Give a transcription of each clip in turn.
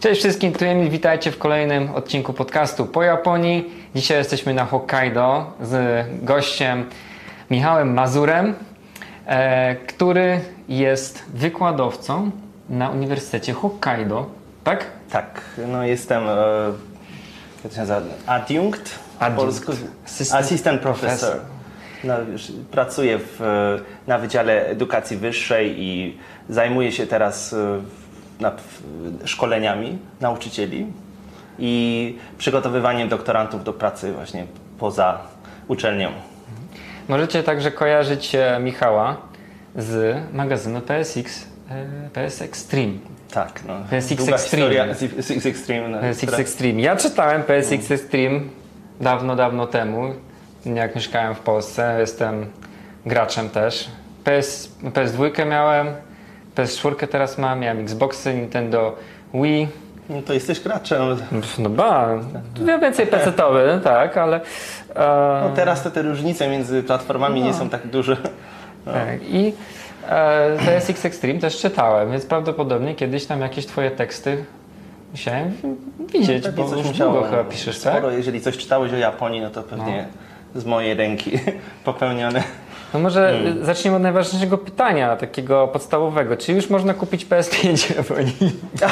Cześć wszystkim, tu Emil, witajcie w kolejnym odcinku podcastu po Japonii. Dzisiaj jesteśmy na Hokkaido z gościem Michałem Mazurem, który jest wykładowcą na Uniwersytecie Hokkaido, tak? Tak, no jestem, jak to się nazywa, adjunkt, polsku, assistant professor. No, pracuję na Wydziale Edukacji Wyższej i zajmuję się teraz szkoleniami nauczycieli i przygotowywaniem doktorantów do pracy właśnie poza uczelnią. Możecie także kojarzyć Michała z magazynu PSX Extreme. Tak, no. PSX Extreme. PSX Extreme. No, PSX Extreme. Ja czytałem PSX Extreme dawno temu, jak mieszkałem w Polsce. Jestem graczem też. PS2 miałem, PS4 teraz mam, miałem Xboxy, Nintendo Wii. No to jesteś graczem. No ja więcej PC-towy, tak, ale... No teraz te różnice między platformami nie są tak duże. No. Tak, i PSX Extreme też czytałem, więc prawdopodobnie kiedyś tam jakieś twoje teksty musiałem widzieć, no, bo już długo chyba piszesz, tak? Sporo, jeżeli coś czytałeś o Japonii, no to pewnie z mojej ręki popełnione. No może zacznijmy od najważniejszego pytania, takiego podstawowego. Czy już można kupić PS5 w Japonii?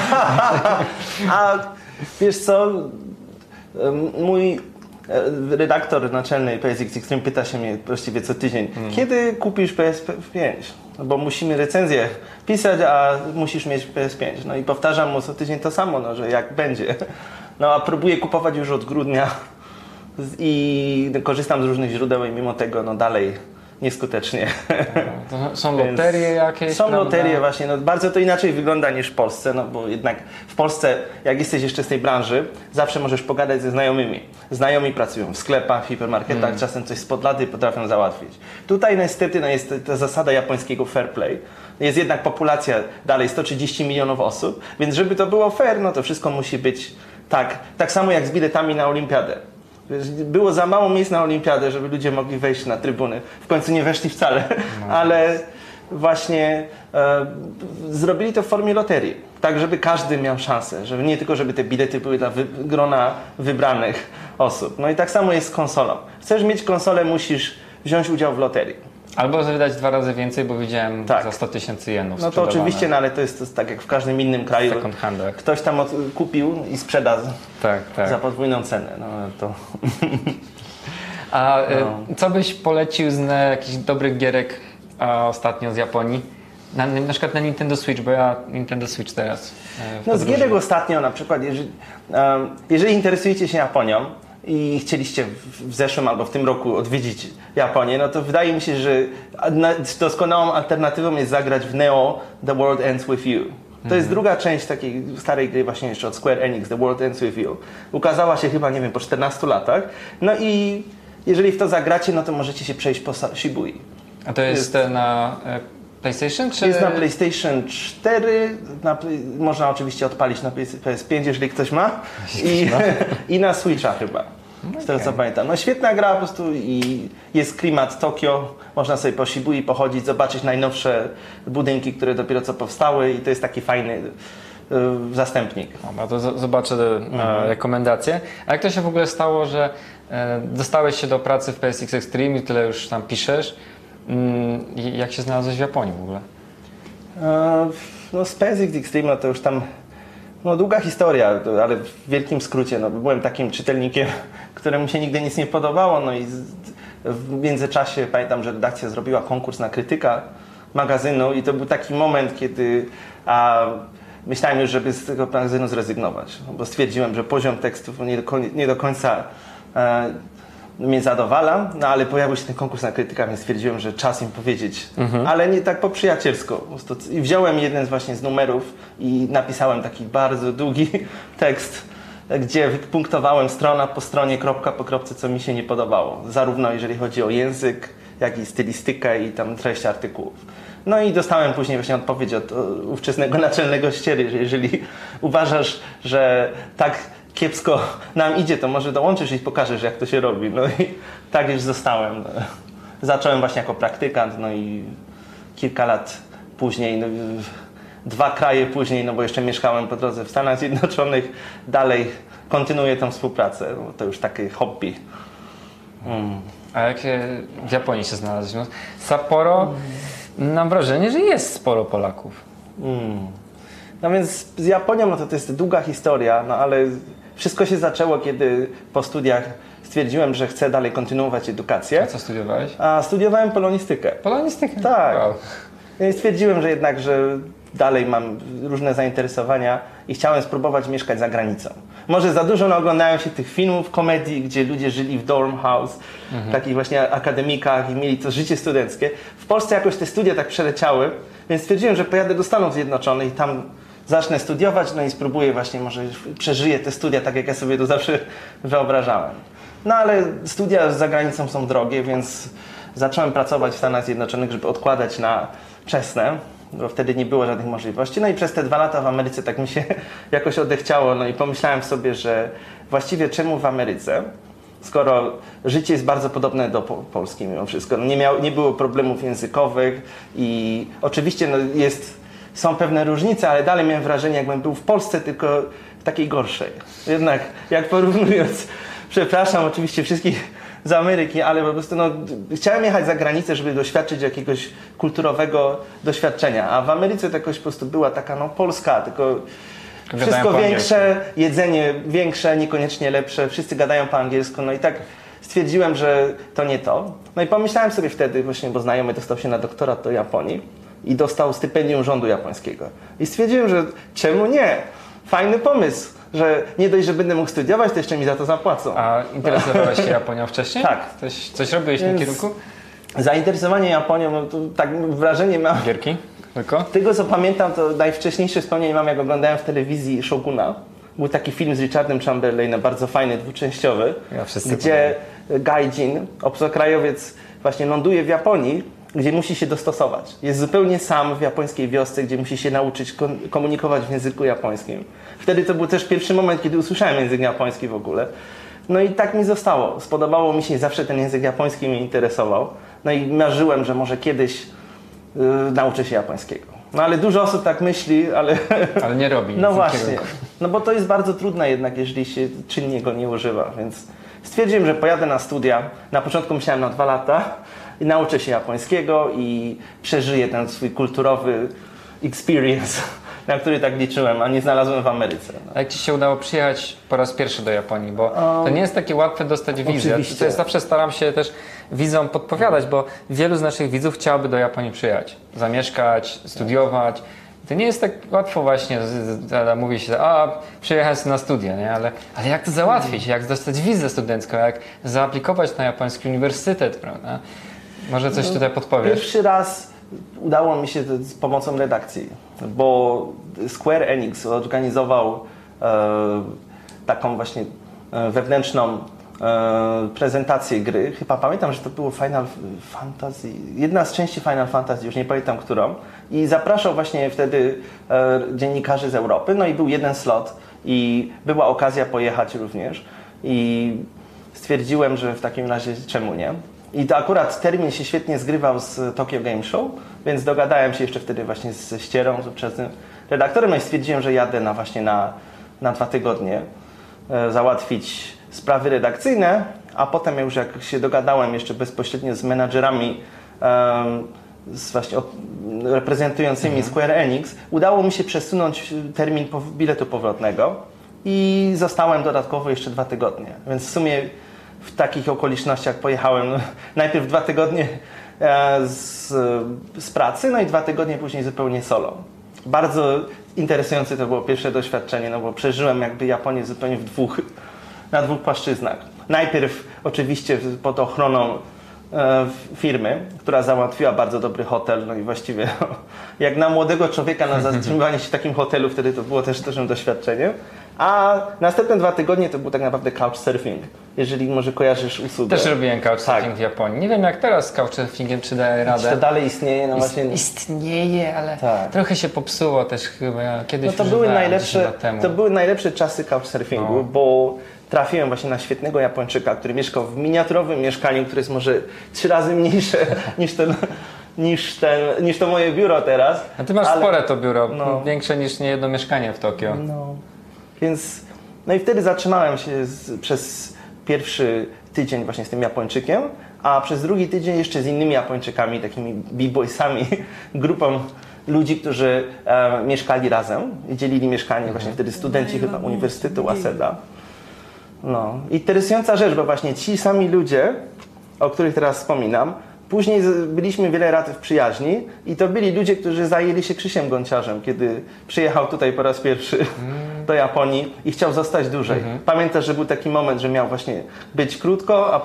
A wiesz co, mój redaktor naczelny PSX Extreme pyta się mnie właściwie co tydzień, kiedy kupisz PS5? No bo musimy recenzję pisać, a musisz mieć PS5. No i powtarzam mu co tydzień to samo, no, że jak będzie. No a próbuję kupować już od grudnia i korzystam z różnych źródeł i mimo tego no dalej nieskutecznie. To są loterie jakieś? Są prawda? loterie właśnie, no bardzo to inaczej wygląda niż w Polsce, no bo jednak w Polsce, jak jesteś jeszcze z tej branży, zawsze możesz pogadać ze znajomymi. Znajomi pracują w sklepach, w hipermarketach, czasem coś spod lady potrafią załatwić. Tutaj niestety no, jest ta zasada japońskiego fair play. Jest jednak populacja dalej 130 milionów osób, więc żeby to było fair, no to wszystko musi być tak samo jak z biletami na olimpiadę. Było za mało miejsc na olimpiadę, żeby ludzie mogli wejść na trybuny. W końcu nie weszli wcale, ale właśnie zrobili to w formie loterii. Tak, żeby każdy miał szansę. Żeby nie tylko, żeby te bilety były dla grona wybranych osób. No i tak samo jest z konsolą. Chcesz mieć konsolę, musisz wziąć udział w loterii. Albo wydać 2 razy więcej, bo widziałem za 100 000 jenów No to oczywiście, no ale to jest tak jak w każdym innym kraju. Second handach. Ktoś tam kupił i sprzeda tak. za podwójną cenę. No to... A co byś polecił z jakichś dobrych gierek ostatnio z Japonii? Na przykład na Nintendo Switch, bo ja Nintendo Switch teraz no z gierek ostatnio na przykład, jeżeli interesujecie się Japonią i chcieliście w zeszłym albo w tym roku odwiedzić Japonię, no to wydaje mi się, że doskonałą alternatywą jest zagrać w Neo The World Ends With You. To jest druga część takiej starej gry właśnie jeszcze od Square Enix, The World Ends With You. Ukazała się chyba, nie wiem, po 14 latach. No i jeżeli w to zagracie, no to możecie się przejść po Shibui. A to jest na PlayStation? Czy... Jest na PlayStation 4, można oczywiście odpalić na PS5, jeżeli ktoś ma, i na Switcha chyba, z tego co pamiętam. No świetna gra po prostu i jest klimat Tokio, można sobie po Shibui pochodzić, zobaczyć najnowsze budynki, które dopiero co powstały i to jest taki fajny zastępnik. Dobra, to zobaczę rekomendacje. A jak to się w ogóle stało, że dostałeś się do pracy w PSX Extreme i tyle już tam piszesz? Jak się znalazłeś w Japonii w ogóle? No z PSX Extreme no to już tam długa historia, ale w wielkim skrócie. No, byłem takim czytelnikiem, któremu się nigdy nic nie podobało. No i w międzyczasie pamiętam, że redakcja zrobiła konkurs na krytyka magazynu i to był taki moment, kiedy myślałem już, żeby z tego magazynu zrezygnować, bo stwierdziłem, że poziom tekstów nie do końca mnie zadowala, no ale pojawił się ten konkurs na krytyka, więc stwierdziłem, że czas im powiedzieć, ale nie tak po przyjacielsku. I wziąłem jeden z numerów i napisałem taki bardzo długi tekst, gdzie punktowałem strona po stronie, kropka po kropce, co mi się nie podobało. Zarówno jeżeli chodzi o język, jak i stylistykę i tam treść artykułów. No i dostałem później właśnie odpowiedź od ówczesnego naczelnego ściery, że jeżeli uważasz, że tak kiepsko nam idzie, to może dołączysz i pokażesz, jak to się robi. No i tak już zostałem. Zacząłem właśnie jako praktykant, no i kilka lat później 2 kraje później, no bo jeszcze mieszkałem po drodze w Stanach Zjednoczonych, dalej kontynuuję tą współpracę. No, to już takie hobby. A jak w Japonii się znalazłeś? No, Sapporo, mam wrażenie, że jest sporo Polaków. No więc z Japonią no to jest długa historia, no ale wszystko się zaczęło, kiedy po studiach stwierdziłem, że chcę dalej kontynuować edukację. A co studiowałeś? A studiowałem polonistykę. Polonistykę? Tak. Wow. I stwierdziłem, że jednak, że dalej mam różne zainteresowania i chciałem spróbować mieszkać za granicą. Może za dużo oglądałem się tych filmów, komedii, gdzie ludzie żyli w dorm house, takich właśnie akademikach i mieli to życie studenckie. W Polsce jakoś te studia tak przeleciały, więc stwierdziłem, że pojadę do Stanów Zjednoczonych i tam zacznę studiować, no i spróbuję właśnie, może przeżyję te studia tak, jak ja sobie to zawsze wyobrażałem. No ale studia za granicą są drogie, więc zacząłem pracować w Stanach Zjednoczonych, żeby odkładać na wczesne, bo wtedy nie było żadnych możliwości. No i przez te 2 lata w Ameryce tak mi się jakoś odechciało, no i pomyślałem sobie, że właściwie czemu w Ameryce, skoro życie jest bardzo podobne do Polski mimo wszystko. No nie było problemów językowych i oczywiście no są pewne różnice, ale dalej miałem wrażenie, jakbym był w Polsce, tylko w takiej gorszej. Jednak jak porównując, przepraszam oczywiście wszystkich z Ameryki, ale po prostu no, chciałem jechać za granicę, żeby doświadczyć jakiegoś kulturowego doświadczenia, a w Ameryce to jakoś po prostu była taka no Polska, tylko wszystko większe, jedzenie większe, niekoniecznie lepsze, wszyscy gadają po angielsku, no i tak stwierdziłem, że to nie to. No i pomyślałem sobie wtedy właśnie, bo znajomy dostał się na doktorat do Japonii i dostał stypendium rządu japońskiego. I stwierdziłem, że czemu nie? Fajny pomysł, że nie dość, że będę mógł studiować, to jeszcze mi za to zapłacą. A interesowałeś się Japonią wcześniej? Tak. Coś robiłeś w tym kierunku? Zainteresowanie Japonią, no to tak wrażenie mam. Gierki? Tylko? Tego co pamiętam, to najwcześniejsze wspomnienie mam, jak oglądałem w telewizji Shoguna. Był taki film z Richardem Chamberlainem, bardzo fajny, dwuczęściowy, gdzie gaijin, obcokrajowiec, właśnie ląduje w Japonii, gdzie musi się dostosować. Jest zupełnie sam w japońskiej wiosce, gdzie musi się nauczyć komunikować w języku japońskim. Wtedy to był też pierwszy moment, kiedy usłyszałem język japoński w ogóle. No i tak mi zostało. Spodobało mi się, zawsze ten język japoński mnie interesował. No i marzyłem, że może kiedyś nauczę się japońskiego. No ale dużo osób tak myśli, ale... Ale nie robi. No właśnie. No bo to jest bardzo trudne jednak, jeżeli się czynnie go nie używa, więc stwierdziłem, że pojadę na studia. Na początku myślałem na 2 lata i nauczę się japońskiego i przeżyję ten swój kulturowy experience, na który tak liczyłem, a nie znalazłem w Ameryce. No. A jak Ci się udało przyjechać po raz pierwszy do Japonii? Bo to nie jest takie łatwe dostać wizę. Oczywiście. Ja zawsze staram się też widzom podpowiadać, bo wielu z naszych widzów chciałoby do Japonii przyjechać, zamieszkać, studiować. To nie jest tak łatwo właśnie, mówi się, przyjechać na studia, nie? Ale jak to załatwić? Jak dostać wizę studencką? Jak zaaplikować na japoński uniwersytet, prawda? Może coś tutaj podpowiesz? Pierwszy raz udało mi się z pomocą redakcji, bo Square Enix organizował taką właśnie wewnętrzną prezentację gry. Chyba pamiętam, że to było Final Fantasy, jedna z części Final Fantasy, już nie pamiętam którą. I zapraszał właśnie wtedy dziennikarzy z Europy, no i był jeden slot i była okazja pojechać również. I stwierdziłem, że w takim razie czemu nie. I to akurat termin się świetnie zgrywał z Tokyo Game Show, więc dogadałem się jeszcze wtedy właśnie ze Ścierą, z ówczesnym redaktorem, no i stwierdziłem, że jadę na 2 tygodnie załatwić sprawy redakcyjne, a potem już jak się dogadałem jeszcze bezpośrednio z menadżerami właśnie reprezentującymi Square Enix, udało mi się przesunąć termin biletu powrotnego i zostałem dodatkowo jeszcze 2 tygodnie, więc w sumie w takich okolicznościach pojechałem najpierw 2 tygodnie z pracy, no i 2 tygodnie później zupełnie solo. Bardzo interesujące to było pierwsze doświadczenie, no bo przeżyłem jakby Japonię zupełnie na 2 płaszczyznach. Najpierw oczywiście pod ochroną firmy, która załatwiła bardzo dobry hotel, no i właściwie jak na młodego człowieka na zatrzymywanie się w takim hotelu, wtedy to było też dużym doświadczeniem. A następne 2 tygodnie to był tak naprawdę couchsurfing, jeżeli może kojarzysz usługę. Też robiłem couchsurfing w Japonii. Nie wiem jak teraz z couchsurfingiem, czy daje radę. Czy to dalej istnieje? No właśnie... Istnieje, ale trochę się popsuło też chyba. Kiedyś no to były najlepsze czasy couchsurfingu, bo trafiłem właśnie na świetnego Japończyka, który mieszkał w miniaturowym mieszkaniu, które jest może 3 razy mniejsze niż ten niż to moje biuro teraz. A ty masz spore to biuro, no. większe niż niejedno mieszkanie w Tokio. No, więc, no i wtedy zatrzymałem się przez pierwszy tydzień właśnie z tym Japończykiem, a przez drugi tydzień jeszcze z innymi Japończykami, takimi b-boysami, grupą ludzi, którzy mieszkali razem i dzielili mieszkanie, właśnie wtedy studenci chyba Uniwersytetu Waseda. No, interesująca rzecz, bo właśnie ci sami ludzie, o których teraz wspominam, później byliśmy wiele lat w przyjaźni i to byli ludzie, którzy zajęli się Krzysiem Gonciarzem, kiedy przyjechał tutaj po raz pierwszy do Japonii i chciał zostać dłużej. Pamiętasz, że był taki moment, że miał właśnie być krótko, a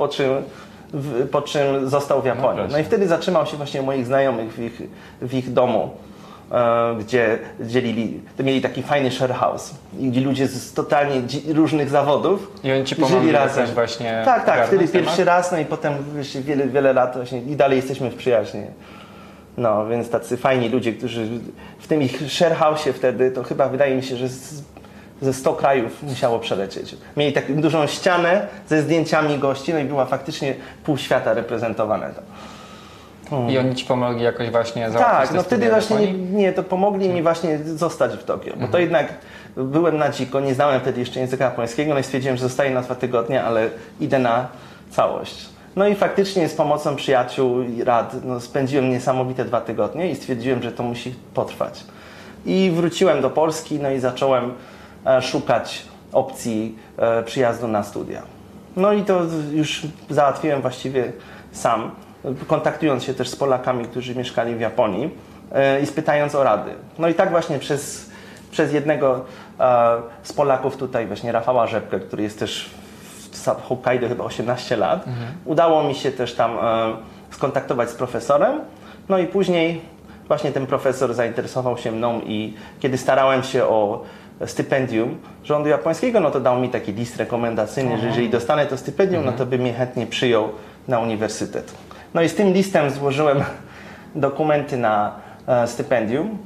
po czym został w Japonii. No i wtedy zatrzymał się właśnie u moich znajomych w ich domu, gdzie mieli taki fajny share house, gdzie ludzie z totalnie różnych zawodów i oni ci żyli pomogli razem. Właśnie tak, wtedy temat? pierwszy raz, no i potem jeszcze wiele lat właśnie i dalej jesteśmy w przyjaźni. No, więc tacy fajni ludzie, którzy w tym ich share house'ie wtedy, to chyba wydaje mi się, że ze 100 krajów musiało przelecieć. Mieli taką dużą ścianę ze zdjęciami gości, no i była faktycznie pół świata reprezentowane tam. I oni ci pomogli jakoś właśnie załatwić Tak, te no studia wtedy właśnie w Japonii? nie, to pomogli mi właśnie zostać w Tokio, bo to jednak byłem na dziko, nie znałem wtedy jeszcze języka japońskiego, no i stwierdziłem, że zostaję na 2 tygodnie, ale idę na całość. No i faktycznie z pomocą przyjaciół i rad spędziłem niesamowite 2 tygodnie i stwierdziłem, że to musi potrwać. I wróciłem do Polski, no i zacząłem szukać opcji przyjazdu na studia. No i to już załatwiłem właściwie sam, kontaktując się też z Polakami, którzy mieszkali w Japonii i spytając o rady. No i tak właśnie przez jednego z Polaków tutaj, właśnie Rafała Rzepkę, który jest też w Hokkaido chyba 18 lat, udało mi się też tam skontaktować z profesorem. No i później właśnie ten profesor zainteresował się mną i kiedy starałem się o stypendium rządu japońskiego, no to dał mi taki list rekomendacyjny, że jeżeli dostanę to stypendium, no to by mnie chętnie przyjął na uniwersytet. No i z tym listem złożyłem dokumenty na stypendium.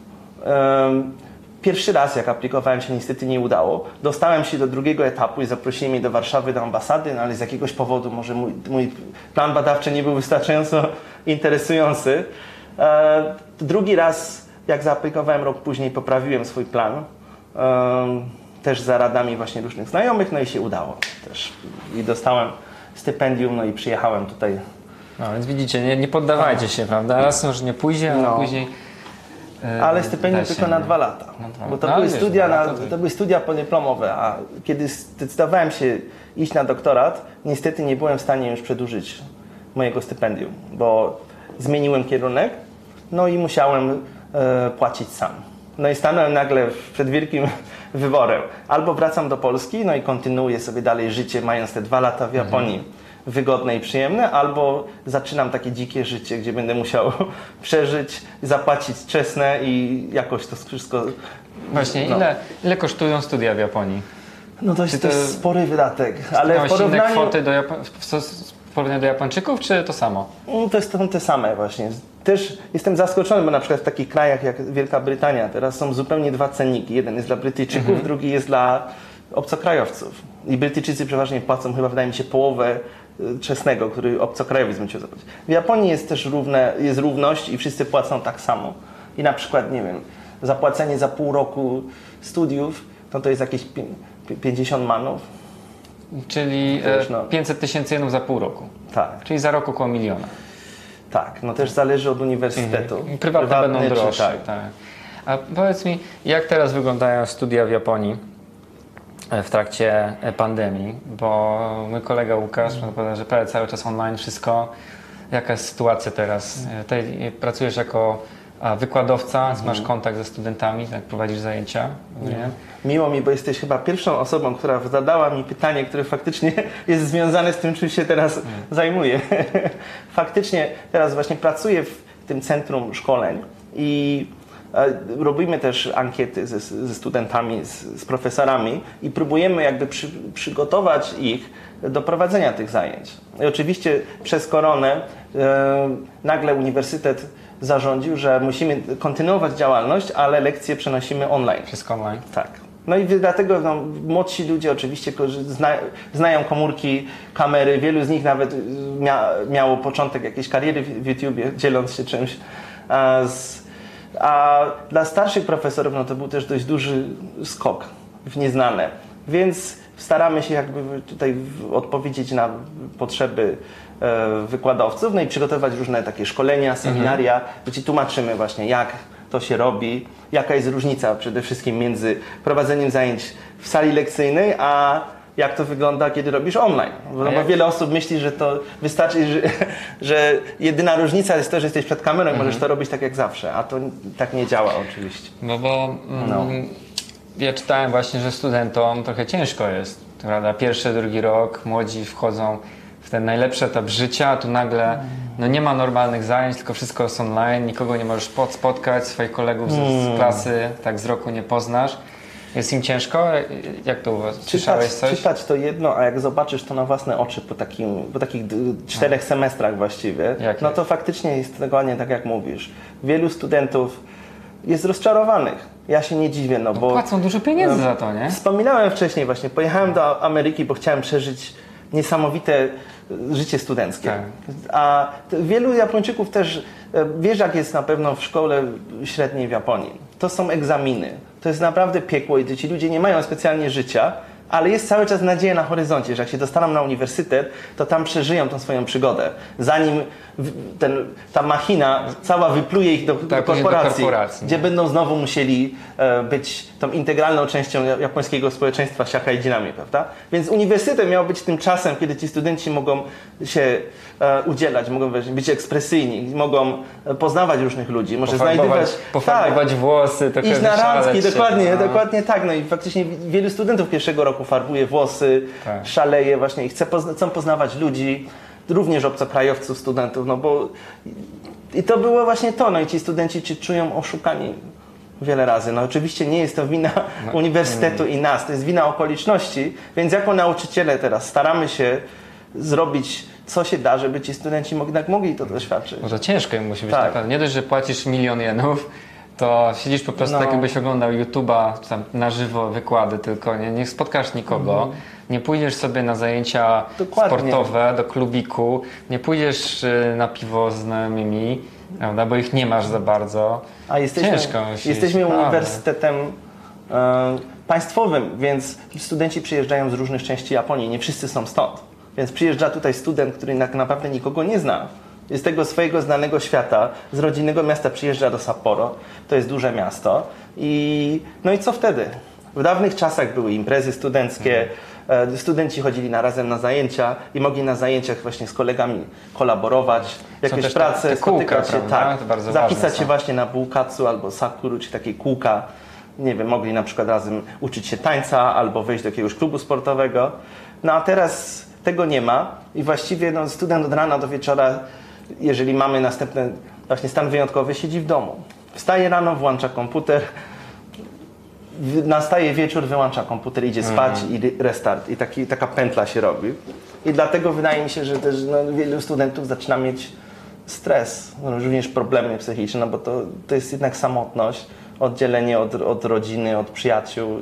Pierwszy raz, jak aplikowałem, się niestety nie udało. Dostałem się do drugiego etapu i zaprosili mnie do Warszawy, do ambasady, no ale z jakiegoś powodu może mój plan badawczy nie był wystarczająco interesujący. Drugi raz, jak zaaplikowałem rok później, poprawiłem swój plan. Też za radami właśnie różnych znajomych, no i się udało też. I dostałem stypendium, no i przyjechałem tutaj. No więc widzicie, nie poddawajcie się, prawda? Raz może nie pójdzie, ale później... Ale stypendium tylko na 2 lata. Bo to były studia, to były studia podyplomowe, a kiedy zdecydowałem się iść na doktorat, niestety nie byłem w stanie już przedłużyć mojego stypendium, bo zmieniłem kierunek, no i musiałem płacić sam. No i stanąłem nagle przed wielkim wyborem. Albo wracam do Polski, no i kontynuuję sobie dalej życie, mając te 2 lata w Japonii wygodne i przyjemne, albo zaczynam takie dzikie życie, gdzie będę musiał przeżyć, zapłacić czesne i jakoś to wszystko... Właśnie, ile kosztują studia w Japonii? No to jest spory wydatek, ale w porównaniu... inne kwoty w porównaniu do Japończyków, czy to samo? To są te same właśnie. Też jestem zaskoczony, bo na przykład w takich krajach jak Wielka Brytania teraz są zupełnie 2 cenniki. Jeden jest dla Brytyjczyków, drugi jest dla obcokrajowców. I Brytyjczycy przeważnie płacą chyba, wydaje mi się, połowę czesnego, który obcokrajowiec musiał zapłacić. W Japonii jest też jest równość i wszyscy płacą tak samo. I na przykład, nie wiem, zapłacenie za pół roku studiów, to jest jakieś 50 manów. Czyli 500 tysięcy jenów za pół roku. Tak. Czyli za rok około 1 miliona. Tak, no też zależy od uniwersytetu. Prywatne będą droższe. Tak. A powiedz mi, jak teraz wyglądają studia w Japonii w trakcie pandemii? Bo mój kolega Łukasz powiedział, że prawie cały czas online wszystko. Jaka jest sytuacja teraz? Ty pracujesz jako wykładowca, masz kontakt ze studentami, tak prowadzisz zajęcia? Nie? Miło mi, bo jesteś chyba pierwszą osobą, która zadała mi pytanie, które faktycznie jest związane z tym, czym się teraz zajmuję. Faktycznie teraz właśnie pracuję w tym centrum szkoleń i robimy też ankiety ze studentami, z profesorami i próbujemy jakby przygotować ich do prowadzenia tych zajęć. I oczywiście przez koronę nagle uniwersytet zarządził, że musimy kontynuować działalność, ale lekcje przenosimy online. Wszystko online. Tak. No i dlatego młodsi ludzie oczywiście znają komórki, kamery. Wielu z nich nawet miało początek jakiejś kariery w YouTubie, dzieląc się czymś. A dla starszych profesorów to był też dość duży skok w nieznane. Więc staramy się jakby tutaj odpowiedzieć na potrzeby wykładowców, no i przygotować różne takie szkolenia, seminaria, gdzie tłumaczymy właśnie, jak to się robi, jaka jest różnica przede wszystkim między prowadzeniem zajęć w sali lekcyjnej, a jak to wygląda, kiedy robisz online. Bo wiele osób myśli, że to wystarczy, że jedyna różnica jest to, że jesteś przed kamerą i możesz to robić tak jak zawsze, a to tak nie działa oczywiście. No bo ja czytałem właśnie, że studentom trochę ciężko jest, prawda? Pierwszy, drugi rok, młodzi wchodzą w ten najlepszy etap życia, a tu nagle nie ma normalnych zajęć, tylko wszystko jest online, nikogo nie możesz spotkać, swoich kolegów z klasy tak z roku nie poznasz. Jest im ciężko? Jak to u was? Słyszałeś coś? Czytać to jedno, a jak zobaczysz to na własne oczy po takich 4 semestrach właściwie, no to faktycznie jest dokładnie tak jak mówisz. Wielu studentów jest rozczarowanych. Ja się nie dziwię, bo... Płacą dużo pieniędzy za to, nie? Wspominałem wcześniej właśnie, pojechałem do Ameryki, bo chciałem przeżyć niesamowite życie studenckie. Tak. A wielu Japończyków też, wiesz jak jest na pewno w szkole średniej w Japonii. To są egzaminy. To jest naprawdę piekło i ci ludzie nie mają specjalnie życia, ale jest cały czas nadzieja na horyzoncie, że jak się dostaną na uniwersytet, to tam przeżyją tą swoją przygodę. Zanim ta machina cała wypluje ich do korporacji, gdzie będą znowu musieli być tą integralną częścią japońskiego społeczeństwa shahaidzinami, prawda? Więc uniwersytet miał być tym czasem, kiedy ci studenci mogą się udzielać, mogą być ekspresyjni, mogą poznawać różnych ludzi, może pofarbować włosy, trochę iść na randki, dokładnie, dokładnie tak. No i faktycznie wielu studentów pierwszego roku farbuje włosy, szaleje właśnie i chcą poznawać ludzi, również obcokrajowców, studentów, i to było właśnie to, i ci studenci się czują oszukani wiele razy. Oczywiście nie jest to wina uniwersytetu i nas, to jest wina okoliczności, więc jako nauczyciele teraz staramy się zrobić co się da, żeby ci studenci mogli to doświadczyć. Bo to ciężko im musi być naprawdę. Nie dość, że płacisz 1 000 000 jenów, to siedzisz po prostu tak, jakbyś oglądał YouTube'a, czy tam na żywo wykłady tylko, nie spotkasz nikogo, nie pójdziesz sobie na zajęcia sportowe, do klubiku, nie pójdziesz na piwo z znajomymi, prawda, bo ich nie masz za bardzo. A jesteśmy uniwersytetem państwowym, więc studenci przyjeżdżają z różnych części Japonii, nie wszyscy są stąd. Więc przyjeżdża tutaj student, który tak naprawdę nikogo nie zna. Z tego swojego znanego świata, z rodzinnego miasta przyjeżdża do Sapporo, to jest duże miasto. I co wtedy? W dawnych czasach były imprezy studenckie, studenci chodzili razem na zajęcia i mogli na zajęciach właśnie z kolegami kolaborować, jakieś prace, spotykać się, zapisać się właśnie na bukkatsu albo sakuru, czy takie kółka. Nie wiem, mogli na przykład razem uczyć się tańca albo wejść do jakiegoś klubu sportowego. A teraz tego nie ma i właściwie student od rana do wieczora, jeżeli mamy następny właśnie stan wyjątkowy, siedzi w domu. Wstaje rano, włącza komputer, nastaje wieczór, wyłącza komputer, idzie spać i restart. I taka pętla się robi. I dlatego wydaje mi się, że też wielu studentów zaczyna mieć stres, również problemy psychiczne, bo to jest jednak samotność, oddzielenie od rodziny, od przyjaciół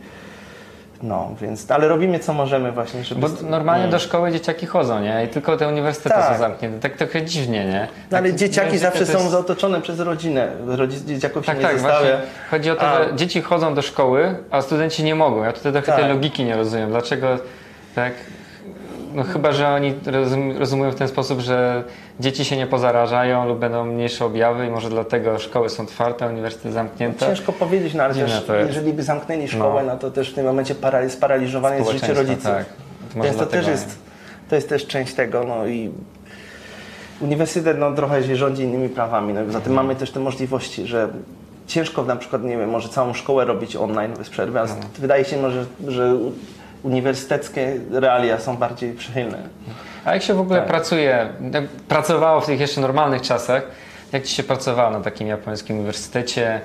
więc, ale robimy co możemy właśnie, żeby... Bo normalnie do szkoły dzieciaki chodzą, nie? I tylko te uniwersytety są zamknięte. Tak trochę dziwnie, nie? Ale dzieciaki zawsze są otoczone przez rodzinę. Dzieciaków się nie zostawia. Chodzi o to, że dzieci chodzą do szkoły, a studenci nie mogą. Ja tutaj trochę tej logiki nie rozumiem. Dlaczego tak... chyba, że oni rozumują w ten sposób, że dzieci się nie pozarażają lub będą mniejsze objawy i może dlatego szkoły są otwarte, a uniwersytety zamknięte. Ciężko powiedzieć, ale też jeżeli by zamknęli szkołę, to też w tym momencie sparaliżowane jest życie rodziców. Tak. Więc to jest też część tego. I uniwersytet trochę się rządzi innymi prawami. Zatem mamy też te możliwości, że ciężko na przykład, nie wiem, może całą szkołę robić online bez przerwy, a wydaje się że uniwersyteckie realia są bardziej przychylne. A jak się w ogóle pracowało w tych jeszcze normalnych czasach? Jak ci się pracowało na takim japońskim uniwersytecie?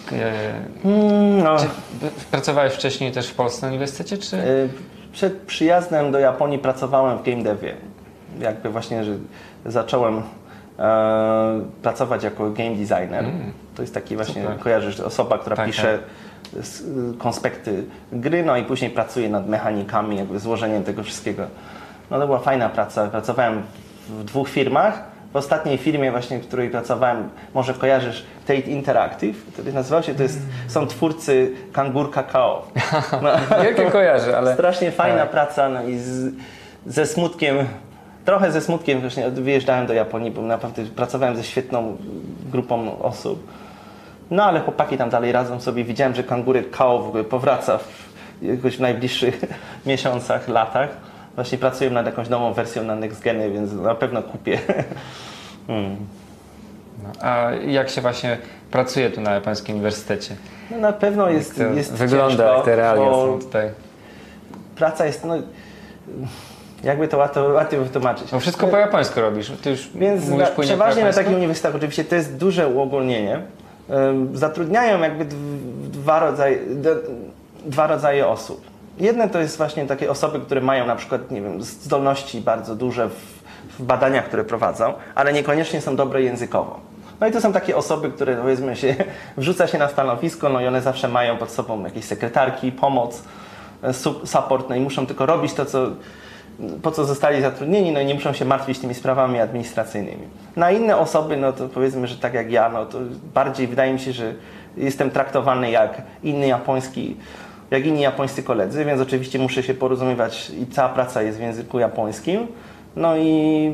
Czy pracowałeś wcześniej też w Polsce na uniwersytecie? Czy? Przed przyjazdem do Japonii pracowałem w game devie. Jakby właśnie, że zacząłem pracować jako game designer. To jest taki właśnie, kojarzysz, osoba, która pisze konspekty gry, no i później pracuję nad mechanikami, jakby złożeniem tego wszystkiego. No to była fajna praca. Pracowałem w 2 firmach. W ostatniej firmie właśnie, w której pracowałem, może kojarzysz Tate Interactive, wtedy nazywał się, są twórcy Kangur Kakao. No, Wielkie kojarzy, ale... strasznie fajna praca, no i ze smutkiem, trochę ze smutkiem właśnie wyjeżdżałem do Japonii, bo naprawdę pracowałem ze świetną grupą osób. No ale chłopaki tam dalej radzą sobie. Widziałem, że Kangury Kakao w ogóle powraca jakoś w najbliższych miesiącach, latach. Właśnie pracuję nad jakąś nową wersją na Next Geny, więc na pewno kupię. No, a jak się właśnie pracuje tu na Japońskim Uniwersytecie? No na pewno jest wygląda, ciężko, jak te realia są tutaj. Praca jest, no jakby to łatwiej wytłumaczyć. No wszystko po japońsku robisz. Ty już Więc mówisz płynnie po przeważnie na japońsku? takich uniwersytetach oczywiście to jest duże uogólnienie. Zatrudniają jakby dwa rodzaje osób. Jedne to jest właśnie takie osoby, które mają na przykład, nie wiem, zdolności bardzo duże w badaniach, które prowadzą, ale niekoniecznie są dobre językowo. No i to są takie osoby, które powiedzmy się, wrzuca się na stanowisko, no i one zawsze mają pod sobą jakieś sekretarki, pomoc, support, no i muszą tylko robić to, po co zostali zatrudnieni, no i nie muszą się martwić tymi sprawami administracyjnymi. Na inne osoby, no to powiedzmy, że tak jak ja, no to bardziej wydaje mi się, że jestem traktowany jak inni japońscy koledzy, więc oczywiście muszę się porozumiewać i cała praca jest w języku japońskim. No i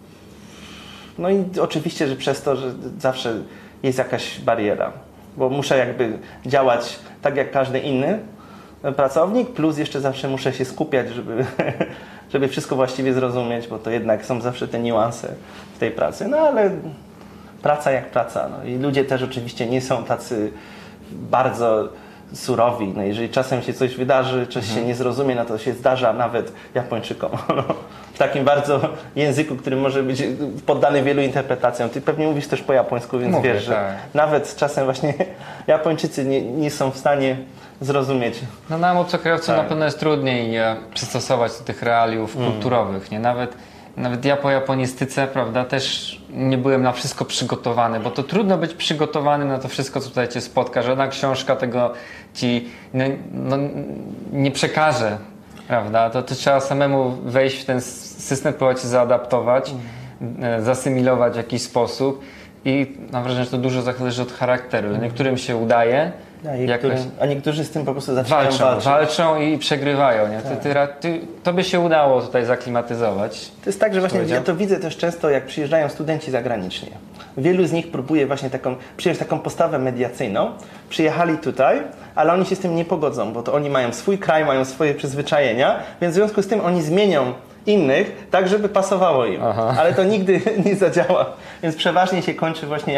oczywiście, że przez to, że zawsze jest jakaś bariera, bo muszę jakby działać tak jak każdy inny pracownik, plus jeszcze zawsze muszę się skupiać, żeby wszystko właściwie zrozumieć, bo to jednak są zawsze te niuanse w tej pracy. No ale praca jak praca. No i ludzie też oczywiście nie są tacy bardzo surowi. No jeżeli czasem się coś wydarzy, coś się nie zrozumie, no to się zdarza nawet Japończykom. No, w takim bardzo języku, który może być poddany wielu interpretacjom. Ty pewnie mówisz też po japońsku, więc Mówię, wiesz, że tak. nawet czasem właśnie Japończycy nie są w stanie zrozumieć. No nam obcokrajowcom Tak. na pewno jest trudniej przystosować do tych realiów kulturowych, nie? Nawet ja po japonistyce, prawda, też nie byłem na wszystko przygotowany, bo to trudno być przygotowanym na to wszystko, co tutaj cię spotka. Żadna książka tego ci nie przekaże, prawda? To trzeba samemu wejść w ten system, próbować się zaadaptować, zasymilować w jakiś sposób i mam wrażenie, że to dużo zależy od charakteru. Niektórym się udaje, A niektórzy z tym po prostu zaczynają walczą i przegrywają. Nie? To by się udało tutaj zaklimatyzować. To jest tak, że właśnie ja to widzę też często, jak przyjeżdżają studenci zagraniczni. Wielu z nich próbuje właśnie przyjąć taką postawę mediacyjną. Przyjechali tutaj, ale oni się z tym nie pogodzą, bo to oni mają swój kraj, mają swoje przyzwyczajenia, więc w związku z tym oni zmienią innych, tak żeby pasowało im. Aha. Ale to nigdy nie zadziała. Więc przeważnie się kończy właśnie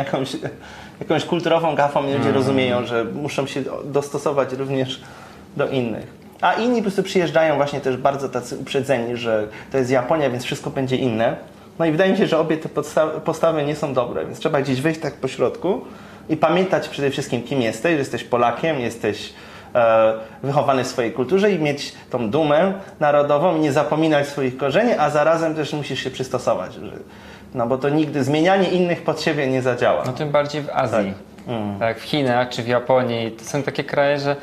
jakąś kulturową gafą i ludzie rozumieją, że muszą się dostosować również do innych. A inni po prostu przyjeżdżają właśnie też bardzo tacy uprzedzeni, że to jest Japonia, więc wszystko będzie inne. No i wydaje mi się, że obie te postawy nie są dobre, więc trzeba gdzieś wejść tak po środku i pamiętać przede wszystkim, kim jesteś, że jesteś Polakiem, jesteś wychowany w swojej kulturze i mieć tą dumę narodową i nie zapominać swoich korzeni, a zarazem też musisz się przystosować. No bo to nigdy zmienianie innych pod siebie nie zadziała. No tym bardziej w Azji, tak w Chinach czy w Japonii. To są takie kraje, że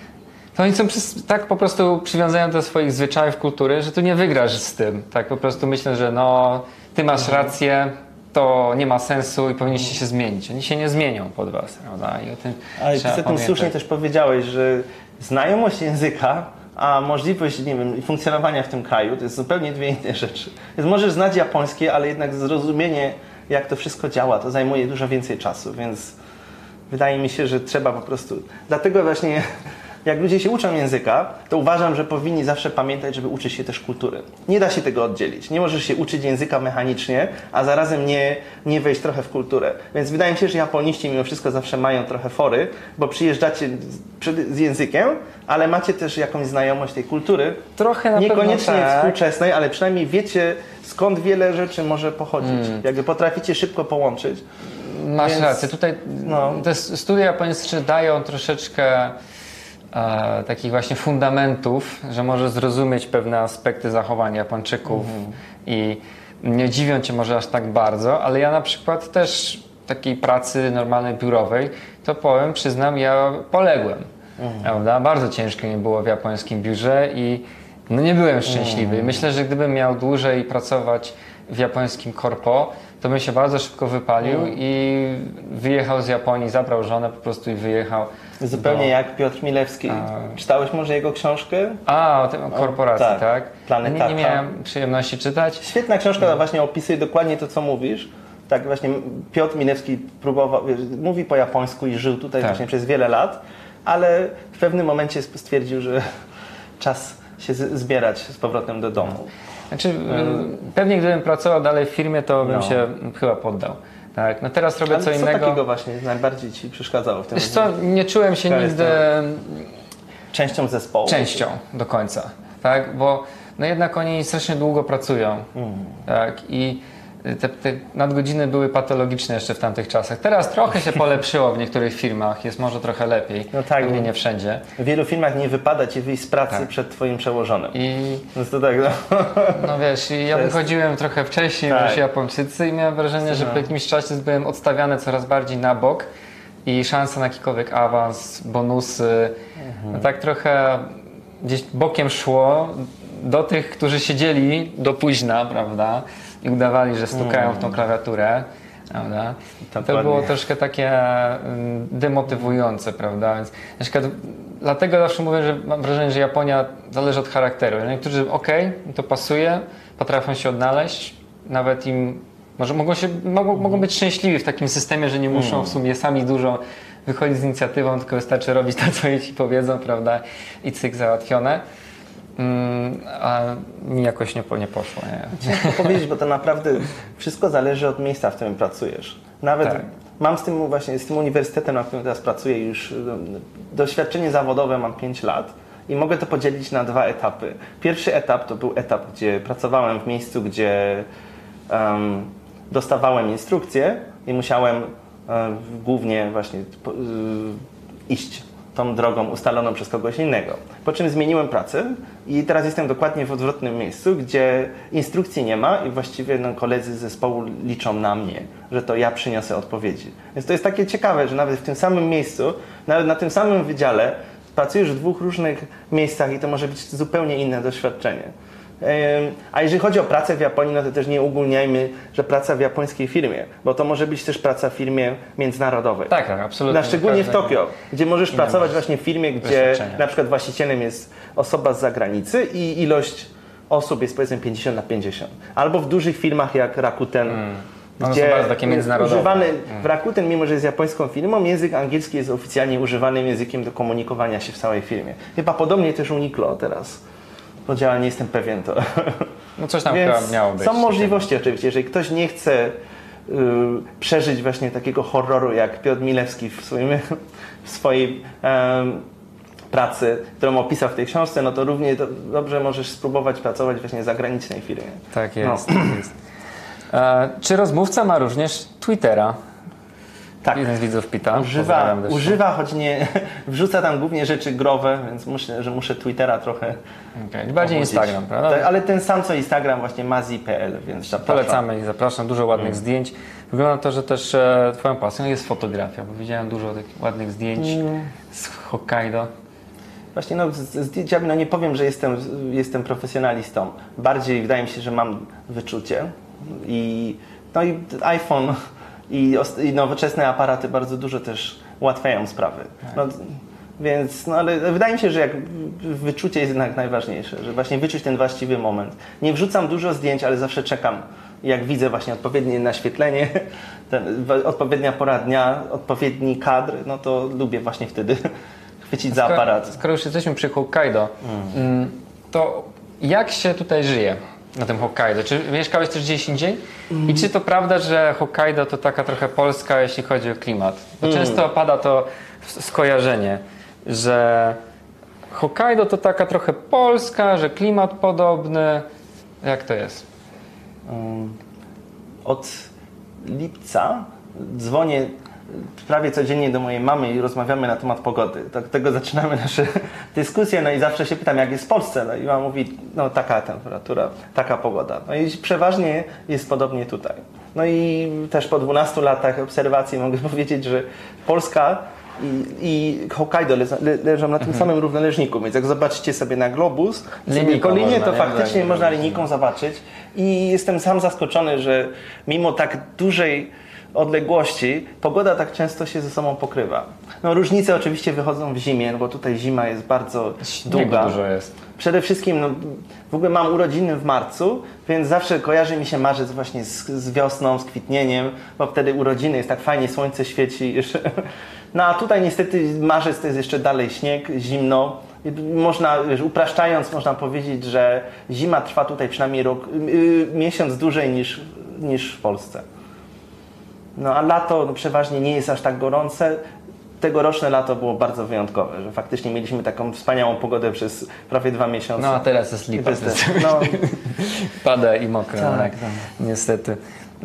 to oni są tak po prostu przywiązani do swoich zwyczajów, kultury, że tu nie wygrasz z tym. Tak po prostu myślę, że no ty masz rację, to nie ma sensu i powinniście się zmienić. Oni się nie zmienią pod was, prawda? I o tym Ale trzeba ty tym pamiętać. słusznie też powiedziałeś, że znajomość języka, a możliwość, nie wiem, funkcjonowania w tym kraju to jest zupełnie dwie inne rzeczy. Więc możesz znać japońskie, ale jednak zrozumienie, jak to wszystko działa, to zajmuje dużo więcej czasu, więc wydaje mi się, że trzeba po prostu... Dlatego właśnie jak ludzie się uczą języka, to uważam, że powinni zawsze pamiętać, żeby uczyć się też kultury. Nie da się tego oddzielić. Nie możesz się uczyć języka mechanicznie, a zarazem nie wejść trochę w kulturę. Więc wydaje mi się, że japoniści mimo wszystko zawsze mają trochę fory, bo przyjeżdżacie z językiem, ale macie też jakąś znajomość tej kultury. Trochę na Niekoniecznie pewno tak. współczesnej, ale przynajmniej wiecie, skąd wiele rzeczy może pochodzić. Jakby potraficie szybko połączyć. Masz rację. Tutaj te studia japońskie dają troszeczkę takich właśnie fundamentów, że możesz zrozumieć pewne aspekty zachowania Japończyków i nie dziwią cię może aż tak bardzo, ale ja na przykład też takiej pracy normalnej biurowej, to powiem, przyznam, ja poległem. Prawda? Bardzo ciężko mi było w japońskim biurze i no nie byłem szczęśliwy. Myślę, że gdybym miał dłużej pracować w japońskim korpo, to bym się bardzo szybko wypalił i wyjechał z Japonii, zabrał żonę po prostu i wyjechał. Zupełnie jak Piotr Milewski. Czytałeś może jego książkę? O tym korporacji, tak? Planet Nie miałem przyjemności czytać. Świetna książka, właśnie opisuje dokładnie to, co mówisz. Tak właśnie Piotr Milewski mówi po japońsku i żył tutaj właśnie przez wiele lat, ale w pewnym momencie stwierdził, że czas się zbierać z powrotem do domu. Znaczy, pewnie gdybym pracował dalej w firmie, to bym się chyba poddał. Tak, no teraz robię co innego. Co takiego właśnie najbardziej Ci przeszkadzało w tym? Wiesz co, nie czułem się nigdy częścią zespołu. Częścią do końca, tak, bo no jednak oni strasznie długo pracują, tak, i te nadgodziny były patologiczne jeszcze w tamtych czasach. Teraz trochę się polepszyło w niektórych firmach, jest może trochę lepiej, no tak, pewnie nie wszędzie. W wielu firmach nie wypada Ci wyjść z pracy przed Twoim przełożonym. No to tak, no wiesz, ja wychodziłem trochę wcześniej niż Japończycy i miałem wrażenie, że po jakimś czasie byłem odstawiany coraz bardziej na bok i szanse na jakikolwiek awans, bonusy, no tak trochę gdzieś bokiem szło do tych, którzy siedzieli do późna, prawda, i udawali, że stukają w tą klawiaturę, prawda. To było troszkę takie demotywujące, prawda, więc na przykład dlatego zawsze mówię, że mam wrażenie, że Japonia zależy od charakteru. Niektórzy to pasuje, potrafią się odnaleźć, nawet im może mogą być szczęśliwi w takim systemie, że nie muszą w sumie sami dużo wychodzić z inicjatywą, tylko wystarczy robić to, co ci powiedzą, prawda, i cyk, załatwione. A mi jakoś nie poszło. Nie? Ciężko powiedzieć, bo to naprawdę wszystko zależy od miejsca, w którym pracujesz. Nawet mam z tym uniwersytetem, na którym teraz pracuję już doświadczenie zawodowe, mam 5 lat i mogę to podzielić na 2 etapy. Pierwszy etap to był etap, gdzie pracowałem w miejscu, gdzie dostawałem instrukcje i musiałem głównie właśnie iść tą drogą ustaloną przez kogoś innego. Po czym zmieniłem pracę i teraz jestem dokładnie w odwrotnym miejscu, gdzie instrukcji nie ma i właściwie koledzy z zespołu liczą na mnie, że to ja przyniosę odpowiedzi. Więc to jest takie ciekawe, że nawet w tym samym miejscu, nawet na tym samym wydziale pracujesz w 2 różnych miejscach i to może być zupełnie inne doświadczenie. A jeżeli chodzi o pracę w Japonii, no to też nie ogólniajmy, że praca w japońskiej firmie, bo to może być też praca w firmie międzynarodowej. Tak, absolutnie. Szczególnie w Tokio, gdzie możesz pracować właśnie w firmie, gdzie na przykład właścicielem jest osoba z zagranicy i ilość osób jest powiedzmy 50/50. Albo w dużych firmach jak Rakuten, gdzie takie międzynarodowe. używany w Rakuten, mimo że jest japońską firmą, język angielski jest oficjalnie używanym językiem do komunikowania się w całej firmie. Chyba podobnie też Uniqlo teraz podziała, nie jestem pewien to. No coś tam chyba miało być. Są możliwości oczywiście, jeżeli ktoś nie chce przeżyć właśnie takiego horroru jak Piotr Milewski w swojej pracy, którą opisał w tej książce, no to równie dobrze możesz spróbować pracować właśnie w zagranicznej firmie. Tak jest. Tak jest. Czy rozmówca ma również Twittera? Tak. Jeden z widzów pyta. Używa, choć nie wrzuca tam głównie rzeczy growe, więc myślę, że muszę Twittera trochę bardziej Instagram, prawda? Tak, ale ten sam co Instagram, właśnie mazi.pl, więc polecamy i zapraszam. Dużo ładnych zdjęć. Wygląda na to, że też twoją pasją jest fotografia, bo widziałem dużo takich ładnych zdjęć z Hokkaido. Właśnie z zdjęciami, nie powiem, że jestem profesjonalistą. Bardziej wydaje mi się, że mam wyczucie i iPhone i nowoczesne aparaty bardzo dużo też ułatwiają sprawy. Więc, ale wydaje mi się, że wyczucie jest jednak najważniejsze, że właśnie wyczuć ten właściwy moment. Nie wrzucam dużo zdjęć, ale zawsze czekam. Jak widzę właśnie odpowiednie naświetlenie, odpowiednia pora dnia, odpowiedni kadr, no to lubię właśnie wtedy chwycić za aparat. Skoro już jesteśmy przy Hokkaido, to jak się tutaj żyje na tym Hokkaido? Czy mieszkałeś też gdzieś indziej? I czy to prawda, że Hokkaido to taka trochę Polska, jeśli chodzi o klimat? Bo często pada to skojarzenie, że Hokkaido to taka trochę Polska, że klimat podobny. Jak to jest? Od lipca dzwonię prawie codziennie do mojej mamy i rozmawiamy na temat pogody. Od tego zaczynamy nasze dyskusje, i zawsze się pytam, jak jest w Polsce. I mama mówi, taka temperatura, taka pogoda. I przeważnie jest podobnie tutaj. I też po 12 latach obserwacji mogę powiedzieć, że Polska i Hokkaido leżą na tym samym równoleżniku, więc jak zobaczycie sobie na globus, Linijką po linię, można, to nie? faktycznie Tak, można linijką zobaczyć i jestem sam zaskoczony, że mimo tak dużej odległości pogoda tak często się ze sobą pokrywa. No różnice oczywiście wychodzą w zimie, no bo tutaj zima jest bardzo długa. Dużo jest. Przede wszystkim, no, w ogóle mam urodziny w marcu, więc zawsze kojarzy mi się marzec właśnie z wiosną, z kwitnieniem, bo wtedy urodziny, jest tak fajnie, słońce świeci jeszcze. No a tutaj niestety marzec to jest jeszcze dalej śnieg, zimno. Można, upraszczając, można powiedzieć, że zima trwa tutaj przynajmniej miesiąc dłużej niż w Polsce. No a lato no, przeważnie nie jest aż tak gorące. Tegoroczne lato było bardzo wyjątkowe, że faktycznie mieliśmy taką wspaniałą pogodę przez prawie 2 miesiące. No a teraz jest lipa. No, pada i mokro, tak. Niestety.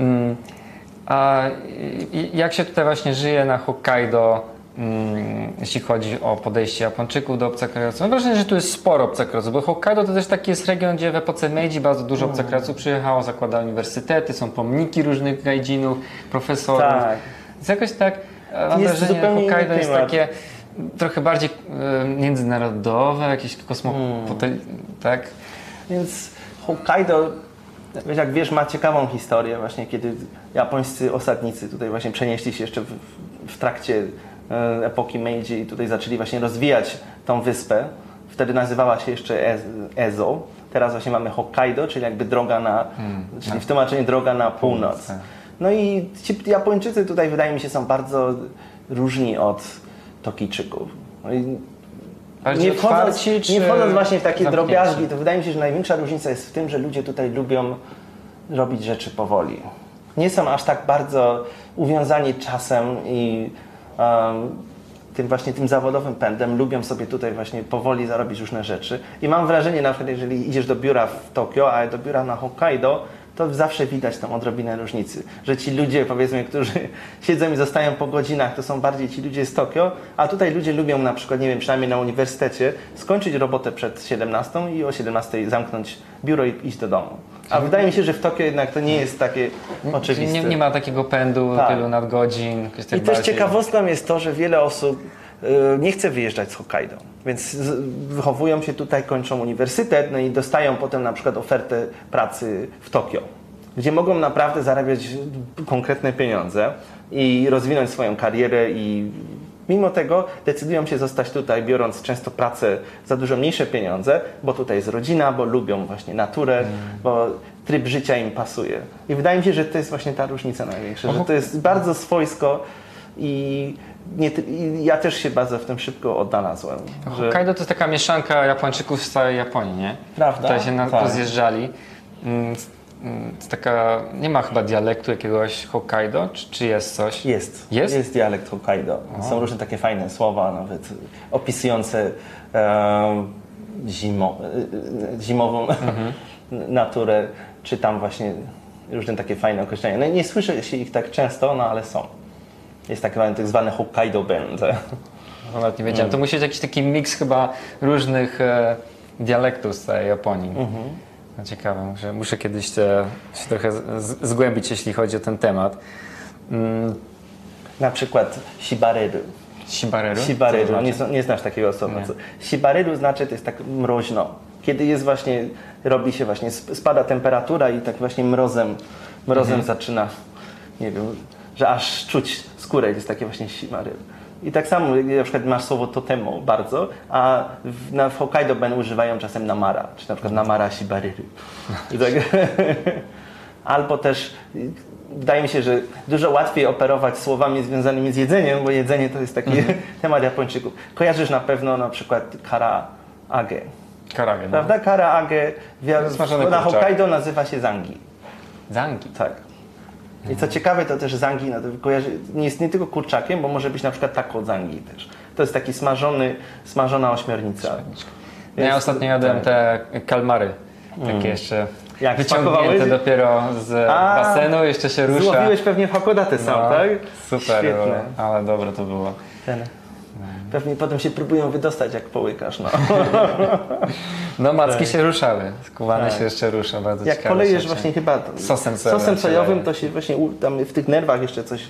A jak się tutaj właśnie żyje na Hokkaido, jeśli chodzi o podejście Japończyków do obcokrajowców? Mam wrażenie, że tu jest sporo obcokrajowców, bo Hokkaido to też taki jest region, gdzie w epoce Meiji bardzo dużo obcokrajowców przyjechało, zakłada uniwersytety, są pomniki różnych gaijinów, profesorów. Tak. Więc jakoś tak mam Jest wrażenie, że zupełnie Hokkaido inny jest klimat. takie trochę bardziej międzynarodowe, jakieś tak? Więc Hokkaido, jak wiesz, ma ciekawą historię właśnie, kiedy japońscy osadnicy tutaj właśnie przenieśli się jeszcze w trakcie epoki Meiji i tutaj zaczęli właśnie rozwijać tą wyspę. Wtedy nazywała się jeszcze Ezo. Teraz właśnie mamy Hokkaido, czyli jakby droga czyli w tłumaczeniu droga na północ. No i ci Japończycy tutaj wydaje mi się są bardzo różni od Tokijczyków. No i nie wchodząc właśnie w takie drobiazgi, to wydaje mi się, że największa różnica jest w tym, że ludzie tutaj lubią robić rzeczy powoli. Nie są aż tak bardzo uwiązani czasem i tym zawodowym pędem, lubią sobie tutaj właśnie powoli zarobić różne rzeczy. I mam wrażenie, na przykład jeżeli idziesz do biura w Tokio, a do biura na Hokkaido, to zawsze widać tą odrobinę różnicy. Że ci ludzie, powiedzmy, którzy siedzą i zostają po godzinach, to są bardziej ci ludzie z Tokio, a tutaj ludzie lubią na przykład, nie wiem, przynajmniej na uniwersytecie, skończyć robotę przed 17 i o 17 zamknąć biuro i iść do domu. A wydaje mi się, że w Tokio jednak to nie jest takie oczywiste. Nie ma takiego pędu, Tak. tylu nadgodzin. I też ciekawostką jest to, że wiele osób nie chce wyjeżdżać z Hokkaido, więc wychowują się tutaj, kończą uniwersytet, no i dostają potem na przykład ofertę pracy w Tokio, gdzie mogą naprawdę zarabiać konkretne pieniądze i rozwinąć swoją karierę i mimo tego decydują się zostać tutaj, biorąc często pracę za dużo mniejsze pieniądze, bo tutaj jest rodzina, bo lubią właśnie naturę, bo tryb życia im pasuje. I wydaje mi się, że to jest właśnie ta różnica największa, że to jest bardzo swojsko i ja też się bardzo w tym szybko odnalazłem. Hokkaido to jest taka mieszanka Japończyków z całej Japonii, nie? Prawda? Tutaj się pozjeżdżali. To taka, nie ma chyba dialektu jakiegoś Hokkaido, czy jest coś? Jest dialekt Hokkaido. Są różne takie fajne słowa, nawet opisujące zimową naturę, czy tam właśnie różne takie fajne określenia. No, nie słyszę się ich tak często, no ale są. Jest tak zwany Hokkaido Bend. Nawet nie wiedziałem. To musi być jakiś taki miks chyba różnych dialektów z całej Japonii. No ciekawe, muszę kiedyś się trochę zgłębić, jeśli chodzi o ten temat. Na przykład shibareru. Shibareru. Nie znasz takiego słowa. Shibareru znaczy, to jest tak mroźno. Kiedy jest właśnie, robi się właśnie, spada temperatura i tak właśnie mrozem zaczyna, nie wiem, że aż czuć skórę, jest takie właśnie shibareru. I tak samo, na przykład masz słowo totemo bardzo, a w Hokkaido Ben używają czasem namara, czy na przykład namara shibareru. Tak. Albo też wydaje mi się, że dużo łatwiej operować słowami związanymi z jedzeniem, bo jedzenie to jest taki temat Japończyków. Kojarzysz na pewno na przykład karaage. Karaage, prawda? Karaage na Hokkaido nazywa się zangi. Zangi? Tak. I co ciekawe, to też zangi nie jest nie tylko kurczakiem, bo może być na przykład taco zangi też. To jest taki smażona ośmiornica. No ja ostatnio jadłem te kalmary, takie jeszcze wyciągnięte dopiero z basenu, jeszcze się rusza. Złowiłeś pewnie w Hakodate sam, tak? Super, ale dobre to było. Pewnie potem się próbują wydostać, jak połykasz. No macki się ruszały, skubany się jeszcze rusza, bardzo jak ciekawe. Jak polejesz właśnie chyba sosem sojowym, to się właśnie tam w tych nerwach jeszcze coś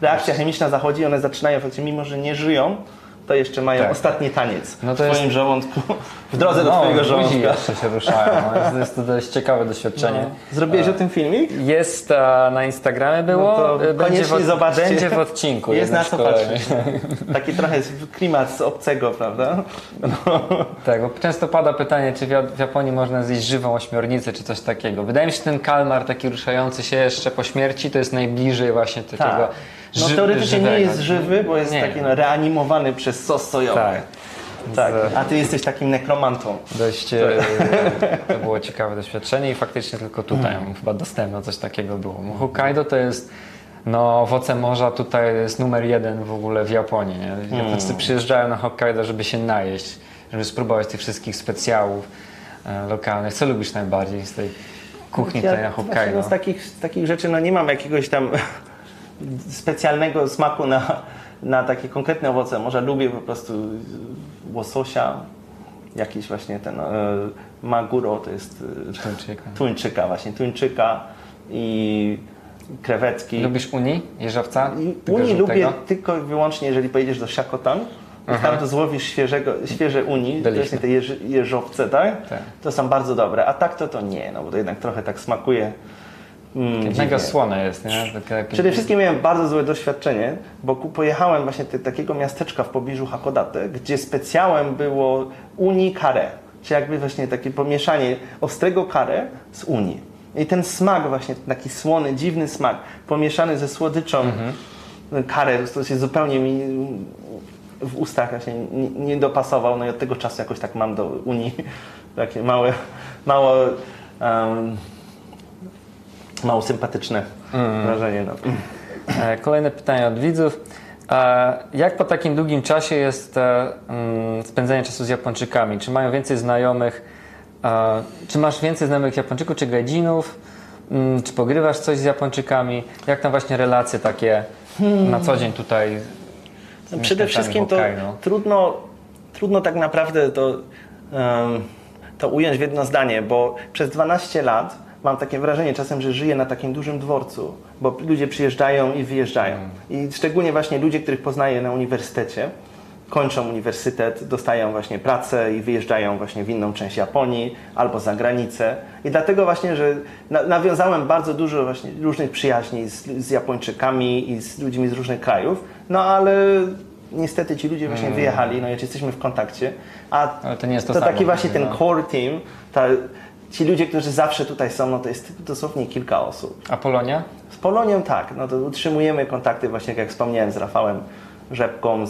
reakcja chemiczna zachodzi i one zaczynają, mimo że nie żyją, to jeszcze mają ostatni taniec w twoim żołądku, w drodze do twojego żołądka. Jeszcze się ruszają. Jest to dość ciekawe doświadczenie. Zrobiłeś o tym filmik? Jest na Instagramie było. To koniecznie zobaczcie. Będzie w odcinku. Jest na co patrzeć. Taki trochę klimat z obcego, prawda? Tak, bo często pada pytanie, czy w Japonii można zjeść żywą ośmiornicę, czy coś takiego. Wydaje mi się, że ten kalmar taki ruszający się jeszcze po śmierci, to jest najbliżej właśnie takiego teoretycznie żywego. nie jest żywy, bo jest taki reanimowany przez sos sojowy. Tak. A ty jesteś takim nekromantą. Dość to było ciekawe doświadczenie i faktycznie tylko tutaj chyba dostępne coś takiego było. Hokkaido to jest owoce morza tutaj jest numer 1 w ogóle w Japonii. Nie? Japończycy przyjeżdżają na Hokkaido, żeby się najeść, żeby spróbować tych wszystkich specjałów lokalnych. Co lubisz najbardziej z tej kuchni tutaj na Hokkaido? Z takich rzeczy nie mam jakiegoś tam specjalnego smaku na takie konkretne owoce. Może lubię po prostu łososia, jakiś właśnie ten maguro, to jest tuńczyka i krewetki. Lubisz uni, jeżowca? Uni lubię tylko i wyłącznie, jeżeli pojedziesz do Shakotan. Tam to złowisz świeże uni, właśnie te jeżowce, tak? To są bardzo dobre, a tak to nie, bo to jednak trochę tak smakuje. Mega słone jest, nie? Przede wszystkim miałem bardzo złe doświadczenie, bo pojechałem właśnie do takiego miasteczka w pobliżu Hakodate, gdzie specjałem było uni kare, czyli jakby właśnie takie pomieszanie ostrego kare z uni. I ten smak właśnie, taki słony, dziwny smak, pomieszany ze słodyczą kare, to się zupełnie mi w ustach właśnie nie dopasował, no i od tego czasu jakoś tak mam do uni takie mało sympatyczne wrażenie. Kolejne pytanie od widzów. Jak po takim długim czasie jest spędzanie czasu z Japończykami? Czy mają więcej znajomych? Czy masz więcej znajomych Japończyków czy gajdzinów? Czy pogrywasz coś z Japończykami? Jak tam właśnie relacje takie na co dzień tutaj? Przede wszystkim to trudno tak naprawdę to ująć w jedno zdanie, bo przez 12 lat mam takie wrażenie czasem, że żyję na takim dużym dworcu, bo ludzie przyjeżdżają i wyjeżdżają. I szczególnie właśnie ludzie, których poznaję na uniwersytecie, kończą uniwersytet, dostają właśnie pracę i wyjeżdżają właśnie w inną część Japonii albo za granicę. I dlatego właśnie, że nawiązałem bardzo dużo właśnie różnych przyjaźni z Japończykami i z ludźmi z różnych krajów, ale niestety ci ludzie właśnie wyjechali, jak jesteśmy w kontakcie. Ale to nie jest to taki samo, właśnie ten core team, ci ludzie, którzy zawsze tutaj są, to jest dosłownie kilka osób. A Polonia? Z Polonią tak, to utrzymujemy kontakty właśnie, jak wspomniałem, z Rafałem Rzepką,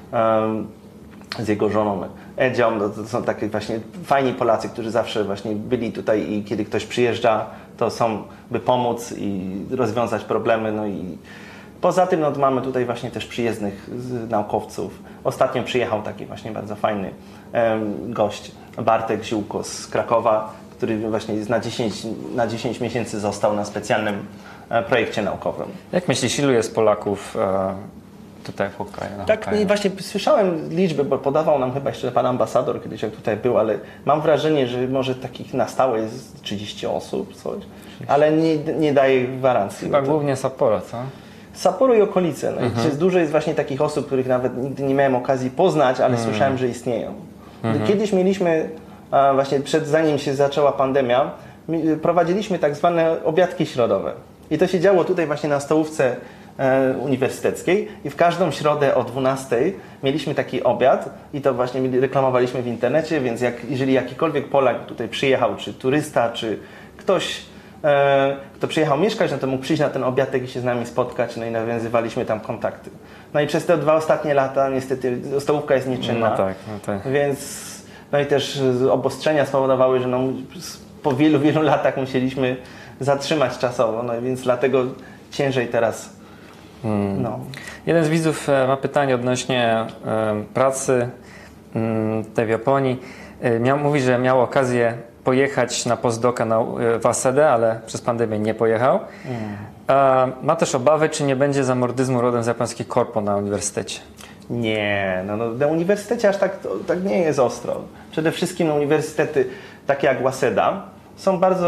z jego żoną Edzią. To są takie właśnie fajni Polacy, którzy zawsze właśnie byli tutaj i kiedy ktoś przyjeżdża, to są, by pomóc i rozwiązać problemy. I poza tym mamy tutaj właśnie też przyjezdnych naukowców. Ostatnio przyjechał taki właśnie bardzo fajny gość, Bartek Ziółko z Krakowa, który właśnie na 10 miesięcy został na specjalnym projekcie naukowym. Jak myślisz, ilu jest Polaków tutaj w Hokkaido? Tak, i właśnie słyszałem liczbę, bo podawał nam chyba jeszcze pan ambasador kiedyś, jak tutaj był, ale mam wrażenie, że może takich na stałe jest 30 osób, coś, ale nie daje gwarancji. Chyba głównie Sapporo, co? Sapporo i okolice. I dużo jest właśnie takich osób, których nawet nigdy nie miałem okazji poznać, ale słyszałem, że istnieją. Kiedyś mieliśmy, właśnie zanim się zaczęła pandemia, prowadziliśmy tak zwane obiadki środowe. I to się działo tutaj właśnie na stołówce uniwersyteckiej i w każdą środę o 12:00 mieliśmy taki obiad i to właśnie reklamowaliśmy w internecie, więc jeżeli jakikolwiek Polak tutaj przyjechał, czy turysta, czy ktoś, kto przyjechał mieszkać, to mógł przyjść na ten obiadek i się z nami spotkać, i nawiązywaliśmy tam kontakty. I przez te 2 ostatnie lata niestety stołówka jest nieczynna, więc i też obostrzenia spowodowały, że po wielu, wielu latach musieliśmy zatrzymać czasowo, więc dlatego ciężej teraz. Jeden z widzów ma pytanie odnośnie pracy tutaj w Japonii. Mówi, że miał okazję pojechać na postdoka w Waseda, ale przez pandemię nie pojechał. Ma też obawy, czy nie będzie zamordyzmu rodem z japońskich korpo na uniwersytecie. Nie, na uniwersytecie aż tak nie jest ostro. Przede wszystkim uniwersytety takie jak Waseda są bardzo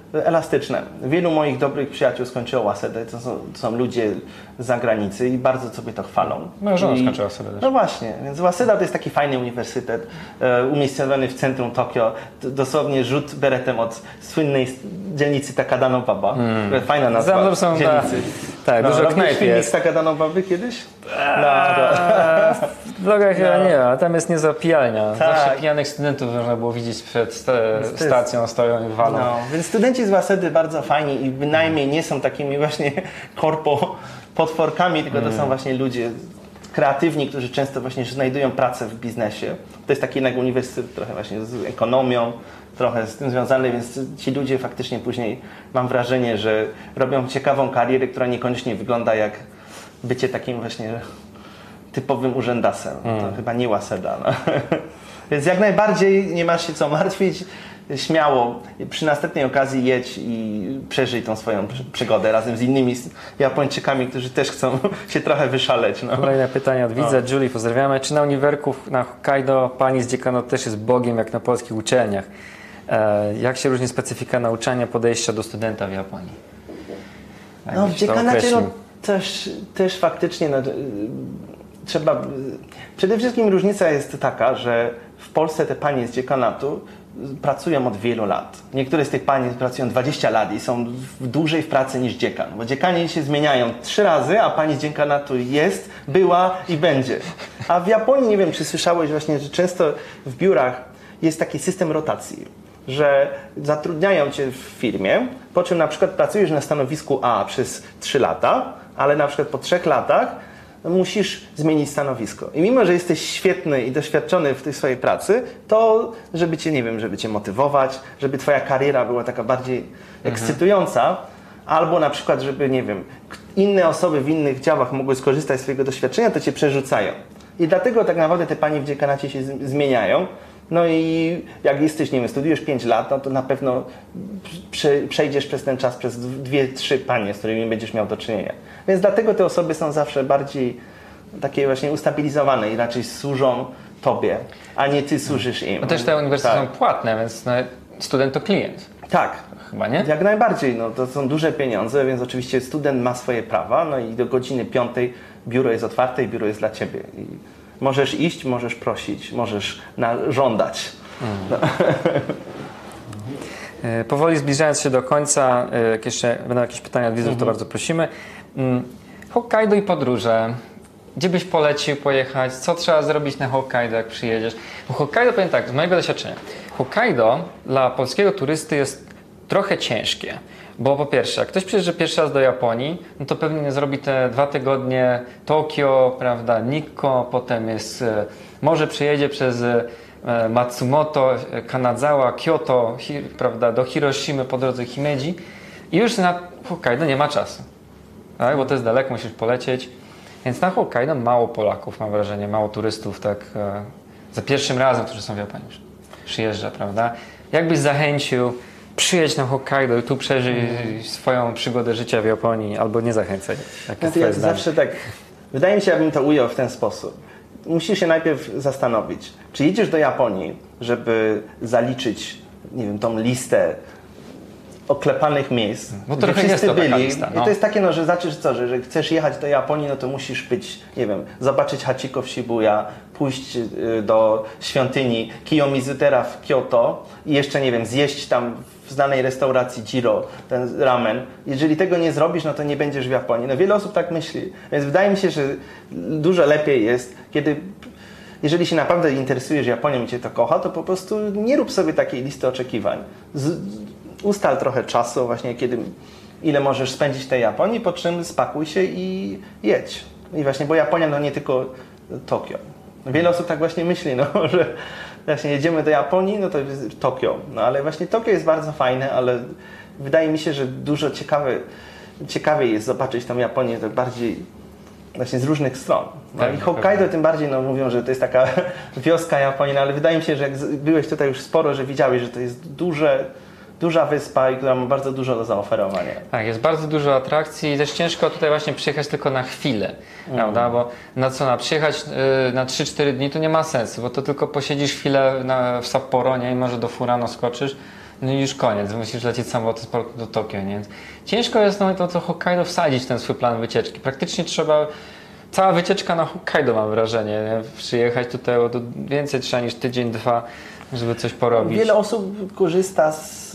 elastyczne. Wielu moich dobrych przyjaciół skończyło Wasedę, to są ludzie z zagranicy i bardzo sobie to chwalą. Moja żona skończyła Wasedę też. No właśnie, więc Waseda to jest taki fajny uniwersytet, umiejscowiony w centrum Tokio, dosłownie rzut beretem od słynnej dzielnicy Takadanobaba. Fajna nazwa dzielnicy. Tak, dużo knajp jest. Z Takadanobaba kiedyś? W vlogach chyba nie, ale tam jest niezła pijalnia. Tak. Zawsze pijanych studentów można było widzieć przed stacją, stoją i walą. No, więc studenci z Wasedy bardzo fajni i bynajmniej nie są takimi właśnie korpo potworkami, tylko to są właśnie ludzie kreatywni, którzy często właśnie znajdują pracę w biznesie. To jest taki jednak uniwersytet trochę właśnie z ekonomią, trochę z tym związany, więc ci ludzie faktycznie później mam wrażenie, że robią ciekawą karierę, która niekoniecznie wygląda jak bycie takim właśnie typowym urzędasem. To chyba nie Waseda. No. Więc jak najbardziej nie masz się co martwić. Śmiało, przy następnej okazji jedź i przeżyj tą swoją przygodę razem z innymi Japończykami, którzy też chcą się trochę wyszaleć. No. Kolejne pytanie od widza. Julie, pozdrawiamy. Czy na uniwerku na Hokkaido pani z dziekanu też jest Bogiem jak na polskich uczelniach? Jak się różni specyfika nauczania, podejścia do studenta w Japonii? No w dziekanacie też faktycznie trzeba... Przede wszystkim różnica jest taka, że w Polsce te panie z dziekanatu pracują od wielu lat. Niektóre z tych pań pracują 20 lat i są dłużej w pracy niż dziekan, bo dziekani się zmieniają 3 razy, a pani z dziekanatu jest, była i będzie. A w Japonii, nie wiem czy słyszałeś właśnie, że często w biurach jest taki system rotacji, że zatrudniają cię w firmie, po czym na przykład pracujesz na stanowisku A przez 3 lata, ale na przykład po 3 latach musisz zmienić stanowisko. I mimo, że jesteś świetny i doświadczony w tej swojej pracy, to żeby cię, nie wiem, żeby cię motywować, żeby twoja kariera była taka bardziej ekscytująca, albo na przykład, żeby, nie wiem, inne osoby w innych działach mogły skorzystać z swojego doświadczenia, to cię przerzucają. I dlatego tak naprawdę te panie w dziekanacie się zmieniają. No i jak jesteś, nie wiem, studiujesz 5 lat, no to na pewno przejdziesz przez ten czas przez 2-3 panie, z którymi będziesz miał do czynienia. Więc dlatego te osoby są zawsze bardziej takie właśnie ustabilizowane i raczej służą tobie, a nie ty służysz im. No też te uniwersytety są płatne, więc student to klient. Tak. Chyba nie? Jak najbardziej. No, to są duże pieniądze, więc oczywiście student ma swoje prawa, no i do godziny 5 biuro jest otwarte i biuro jest dla ciebie. I możesz iść, możesz prosić, możesz żądać. Powoli zbliżając się do końca, jak jeszcze będą jakieś pytania od widzów, to bardzo prosimy. Hokkaido i podróże. Gdzie byś polecił pojechać? Co trzeba zrobić na Hokkaido, jak przyjedziesz? Bo Hokkaido, powiem tak, z mojego doświadczenia, Hokkaido dla polskiego turysty jest trochę ciężkie. Bo po pierwsze, jak ktoś przyjeżdża pierwszy raz do Japonii, no to pewnie nie zrobi te 2 tygodnie Tokio, prawda, Nikko, potem jest, może przyjedzie przez Matsumoto, Kanazawa, Kyoto, prawda, do Hiroshimy po drodze Himeji i już na Hokkaido nie ma czasu, tak? Bo to jest daleko, musisz polecieć. Więc na Hokkaido mało Polaków, mam wrażenie, mało turystów tak za pierwszym razem, którzy są w Japonii, przyjeżdża, prawda? Jakbyś zachęcił, przyjedź na Hokkaido i tu przeżyj swoją przygodę życia w Japonii, albo nie zachęcaj. Ja zawsze tak, wydaje mi się, abym to ujął w ten sposób. Musisz się najpierw zastanowić, czy jedziesz do Japonii, żeby zaliczyć, nie wiem, tą listę oklepanych miejsc, bo gdzie trochę wszyscy jest to byli. lista, I to jest takie, no, że znaczy, że chcesz jechać do Japonii, no to musisz być, nie wiem, zobaczyć Hachiko w Shibuya, pójść do świątyni Kiyomizutera w Kyoto i jeszcze, nie wiem, zjeść tam w znanej restauracji Jiro ten ramen. Jeżeli tego nie zrobisz, no to nie będziesz w Japonii. No wiele osób tak myśli. Więc wydaje mi się, że dużo lepiej jest, jeżeli się naprawdę interesujesz Japonią i cię to kocha, to po prostu nie rób sobie takiej listy oczekiwań. Ustal trochę czasu właśnie, ile możesz spędzić w tej Japonii, po czym spakuj się i jedź. I właśnie, bo Japonia no nie tylko Tokio. Wiele osób tak właśnie myśli, no, że właśnie jedziemy do Japonii, no to jest Tokio. No ale właśnie Tokio jest bardzo fajne, ale wydaje mi się, że dużo ciekawiej jest zobaczyć tą Japonię tak bardziej właśnie z różnych stron. No Tak, i Hokkaido tym bardziej, no mówią, że to jest taka wioska Japonii, no ale wydaje mi się, że jak byłeś tutaj już sporo, że widziałeś, że to jest duża wyspa, która ma bardzo dużo do zaoferowania. Tak, jest bardzo dużo atrakcji i też ciężko tutaj właśnie przyjechać tylko na chwilę, prawda? Bo przyjechać na 3-4 dni to nie ma sensu, bo to tylko posiedzisz chwilę w Sapporo, nie? I może do Furano skoczysz, no i już koniec, musisz lecieć samolotem z portu do Tokio, nie? Ciężko jest nawet to Hokkaido wsadzić w ten swój plan wycieczki. Praktycznie trzeba, cała wycieczka na Hokkaido mam wrażenie, nie? Przyjechać tutaj, to więcej trzeba niż tydzień, dwa, żeby coś porobić. Wiele osób korzysta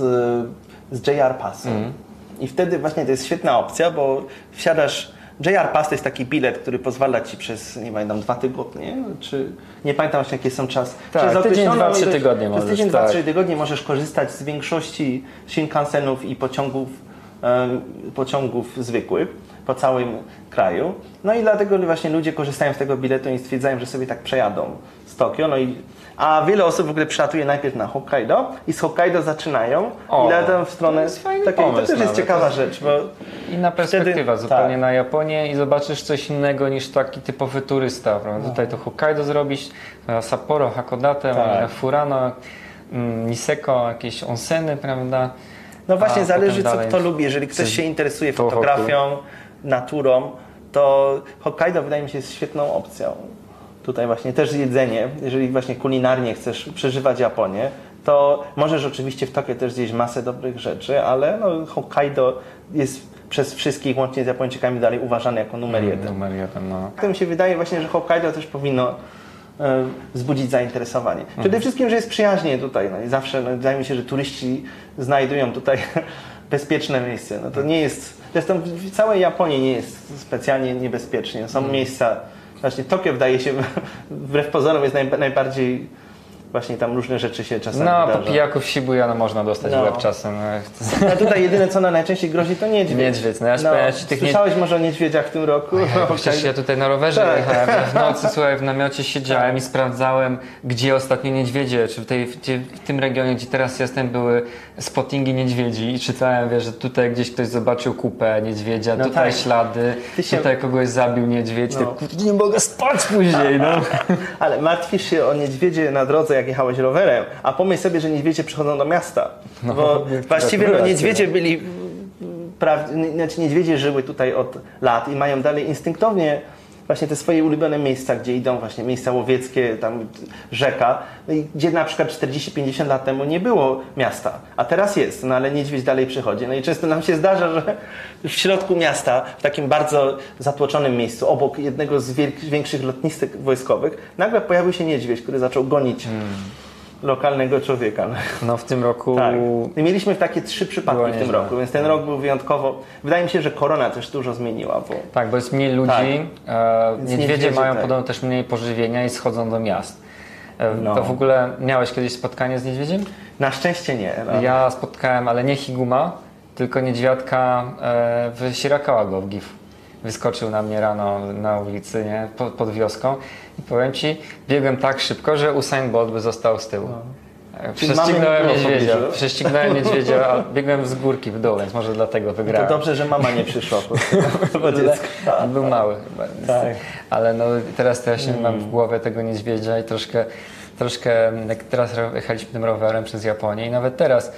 z JR Passu i wtedy właśnie to jest świetna opcja, bo wsiadasz. JR Pass to jest taki bilet, który pozwala Ci przez, nie pamiętam, 2 tygodnie, czy nie pamiętam właśnie jakie są czas. Tak, tydzień, 2-3 tygodnie możesz. Przez tydzień, 2-3 tygodnie możesz korzystać z większości Shinkansenów i pociągów zwykłych po całym kraju. No i dlatego właśnie ludzie korzystają z tego biletu i stwierdzają, że sobie tak przejadą z Tokio. A wiele osób w ogóle przylatuje najpierw na Hokkaido i z Hokkaido zaczynają i lecą w stronę. To jest fajny to pomysł też jest ciekawa rzecz, bo inna perspektywa zupełnie tak. na Japonię i zobaczysz coś innego niż taki typowy turysta. Prawda? Tutaj to Hokkaido zrobić, Sapporo, Hakodate, Tak. Furano, Niseko, jakieś onseny, prawda? no właśnie A zależy potem co dalej kto lubi. Jeżeli ktoś się interesuje Tohoku. fotografią, naturą, to Hokkaido wydaje mi się jest świetną opcją. Tutaj właśnie też jedzenie, jeżeli właśnie kulinarnie chcesz przeżywać Japonię, to możesz oczywiście w Tokio też zjeść masę dobrych rzeczy, ale no, Hokkaido jest przez wszystkich, łącznie z Japończykami, dalej uważany jako numer jeden. Numer jeden, no. Tak mi się wydaje właśnie, że Hokkaido też powinno wzbudzić zainteresowanie. Przede wszystkim, że jest przyjaźnie tutaj. No i zawsze wydaje mi się, że turyści znajdują tutaj bezpieczne miejsce. No to nie jest, zresztą w całej Japonii nie jest specjalnie niebezpiecznie. Są miejsca, właśnie Tokio wydaje się, wbrew pozorom jest najbardziej, właśnie tam różne rzeczy się czasami wydarza. Po pijaku w Shibuya można dostać w łeb czasem. A tutaj jedyne co nam najczęściej grozi to niedźwiedź. Niedźwiedź, no ja śpiewać tych Słyszałeś może o niedźwiedziach w tym roku? Przecież ja tutaj na rowerze Tak. jechałem, w nocy, słuchaj, w namiocie siedziałem i sprawdzałem, gdzie ostatnio niedźwiedzie, czy w tym regionie, gdzie teraz jestem, były spottingi niedźwiedzi i czytałem, wiesz, że tutaj gdzieś ktoś zobaczył kupę niedźwiedzia, No tutaj tak. ślady, tutaj kogoś zabił niedźwiedź, nie mogę spać później, no. Ale martwisz się o niedźwiedzie na drodze, jak jechałeś rowerem, a pomyśl sobie, że niedźwiedzie przychodzą do miasta. Bo właściwie niedźwiedzie byli, znaczy niedźwiedzie żyły tutaj od lat i mają dalej instynktownie właśnie te swoje ulubione miejsca, gdzie idą właśnie miejsca łowieckie, tam rzeka, gdzie na przykład 40-50 lat temu nie było miasta, a teraz jest, no ale niedźwiedź dalej przychodzi. No i często nam się zdarza, że w środku miasta, w takim bardzo zatłoczonym miejscu, obok jednego z większych lotnisek wojskowych, nagle pojawił się niedźwiedź, który zaczął gonić lokalnego człowieka. No w tym roku... Tak. I mieliśmy takie 3 przypadki w tym roku, więc ten rok był wyjątkowo... Wydaje mi się, że korona też dużo zmieniła, bo... Tak, bo jest mniej ludzi, niedźwiedzie niedźwiedzie, mają tak. podobno też mniej pożywienia i schodzą do miast. No. To w ogóle miałeś kiedyś spotkanie z niedźwiedziem? Na szczęście nie. No. Ja spotkałem, ale nie higuma, tylko niedźwiadka w Shirakawa go w GIF. Wyskoczył na mnie rano na ulicy, nie? Pod wioską i powiem Ci, biegłem tak szybko, że Usain Bolt by został z tyłu. Prześcignąłem niedźwiedzia, a biegłem z górki w dół, więc może dlatego wygrałem. To dobrze, że mama nie przyszła. Był mały chyba. Tak. Ale no teraz to ja się mam w głowie tego niedźwiedzia i troszkę jak teraz jechaliśmy tym rowerem przez Japonię i nawet teraz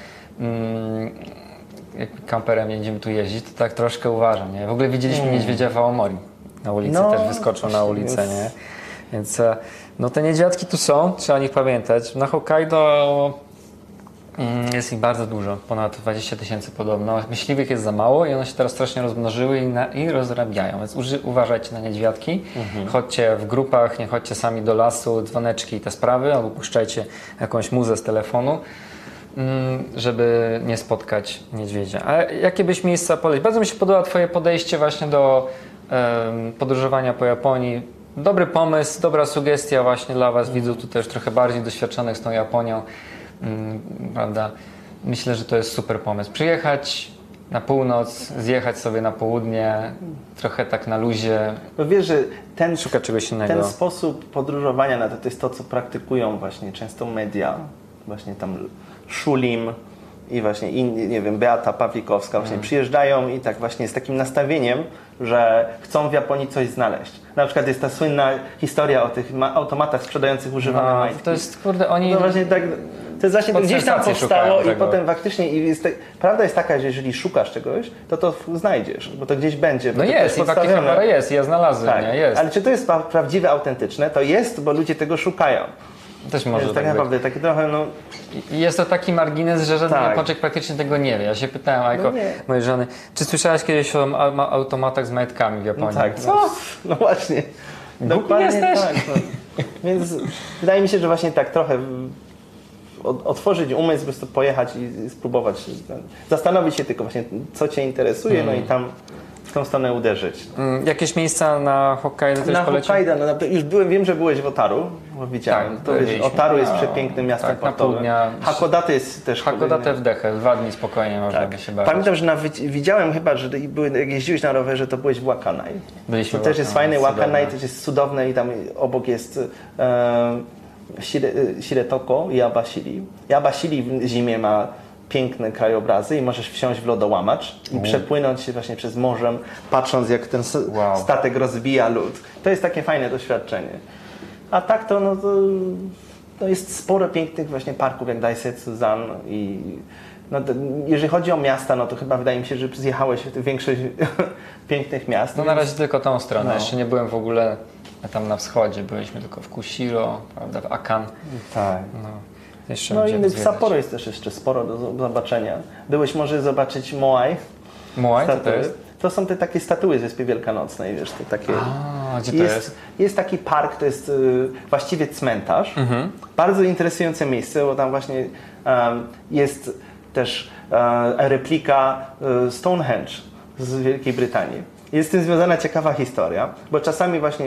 jak kamperem jedziemy tu jeździć, to tak troszkę uważam, nie? W ogóle widzieliśmy niedźwiedzia w Aomori na ulicy, też wyskoczył na ulicę, nie? Więc no te niedźwiadki tu są, trzeba o nich pamiętać. Na Hokkaido jest ich bardzo dużo, ponad 20 000 podobno. Myśliwych jest za mało i one się teraz strasznie rozmnożyły i rozrabiają, więc uważajcie na niedźwiadki. Chodźcie w grupach, nie chodźcie sami do lasu, dzwoneczki i te sprawy, albo puszczajcie jakąś muzę z telefonu, żeby nie spotkać niedźwiedzia. A jakie byś miejsca polecił? Bardzo mi się podoba Twoje podejście właśnie do podróżowania po Japonii. Dobry pomysł, dobra sugestia właśnie dla Was, widzów tu też trochę bardziej doświadczonych z tą Japonią. Prawda? Myślę, że to jest super pomysł. Przyjechać na północ, zjechać sobie na południe, trochę tak na luzie. No wiesz, że szukać czegoś innego. Ten sposób podróżowania to jest to, co praktykują właśnie często media, właśnie tam Szulim i właśnie inni, nie wiem, Beata Pawlikowska właśnie przyjeżdżają i tak właśnie z takim nastawieniem, że chcą w Japonii coś znaleźć. Na przykład jest ta słynna historia o tych automatach sprzedających używane majtki. To jest, kurde, oni... No właśnie tak, to jest właśnie gdzieś tam powstało i tego. potem faktycznie prawda jest taka, że jeżeli szukasz czegoś, to znajdziesz, bo to gdzieś będzie. No jest, i w Akihabara jest, ja znalazłem, tak. nie? Jest. Ale czy to jest prawdziwe, autentyczne? To jest, bo ludzie tego szukają. Też może Więc tak tak być. naprawdę takie trochę, no... I jest to taki margines, że żaden Tak. Japończyk praktycznie tego nie wie. Ja się pytałem jako nie. mojej żony, czy słyszałaś kiedyś o automatach z majtkami w Japonii? No tak, Co? no właśnie. Dokładnie jesteś? tak. No. Więc wydaje mi się, że właśnie tak trochę otworzyć umysł, po prostu pojechać i spróbować. Zastanowić się tylko właśnie, co Cię interesuje, no i tam w tą stronę uderzyć. Jakieś miejsca na Hokkaido też Na polecisz? Hokkaido, no, już wiem, że byłeś w Otaru, bo widziałem. Tak, To wiesz, byliśmy. Otaru jest No, przepięknym miastem tak, na pół portowym. dnia. Hakodate jest też Hakodate w dechę, 2 dni spokojnie można by się bawić. Pamiętam, że widziałem chyba, że jak jeździłeś na rowerze, to byłeś w Wakanai. Byliśmy To w też jest Wakanai, fajne, Wakanai cudowne. też jest cudowne i tam obok jest Shiretoko i Abashiri. I Abashiri w zimie ma piękne krajobrazy i możesz wsiąść w lodołamacz i przepłynąć się właśnie przez morzem, patrząc jak ten Wow. statek rozbija lód. To jest takie fajne doświadczenie. A tak to, no to jest sporo pięknych właśnie parków jak Daisetsu-zan i no jeżeli chodzi o miasta, no to chyba wydaje mi się, że zjechałeś w większość pięknych miast. No na razie tylko tą stronę, No. jeszcze nie byłem w ogóle tam na wschodzie, byliśmy tylko w Kushiro, prawda, w Akan. Tak. No, jeszcze No i będziemy w zwiedzać. Sapporo jest też jeszcze sporo do zobaczenia. Byłeś może zobaczyć Moai. Moai, co to statuły. jest? To są te takie statuły z Wyspy Wielkanocnej, wiesz, te takie... A, gdzie to jest? Jest taki park, to jest właściwie cmentarz. Mhm. Bardzo interesujące miejsce, bo tam właśnie jest też replika Stonehenge z Wielkiej Brytanii. Jest z tym związana ciekawa historia, bo czasami właśnie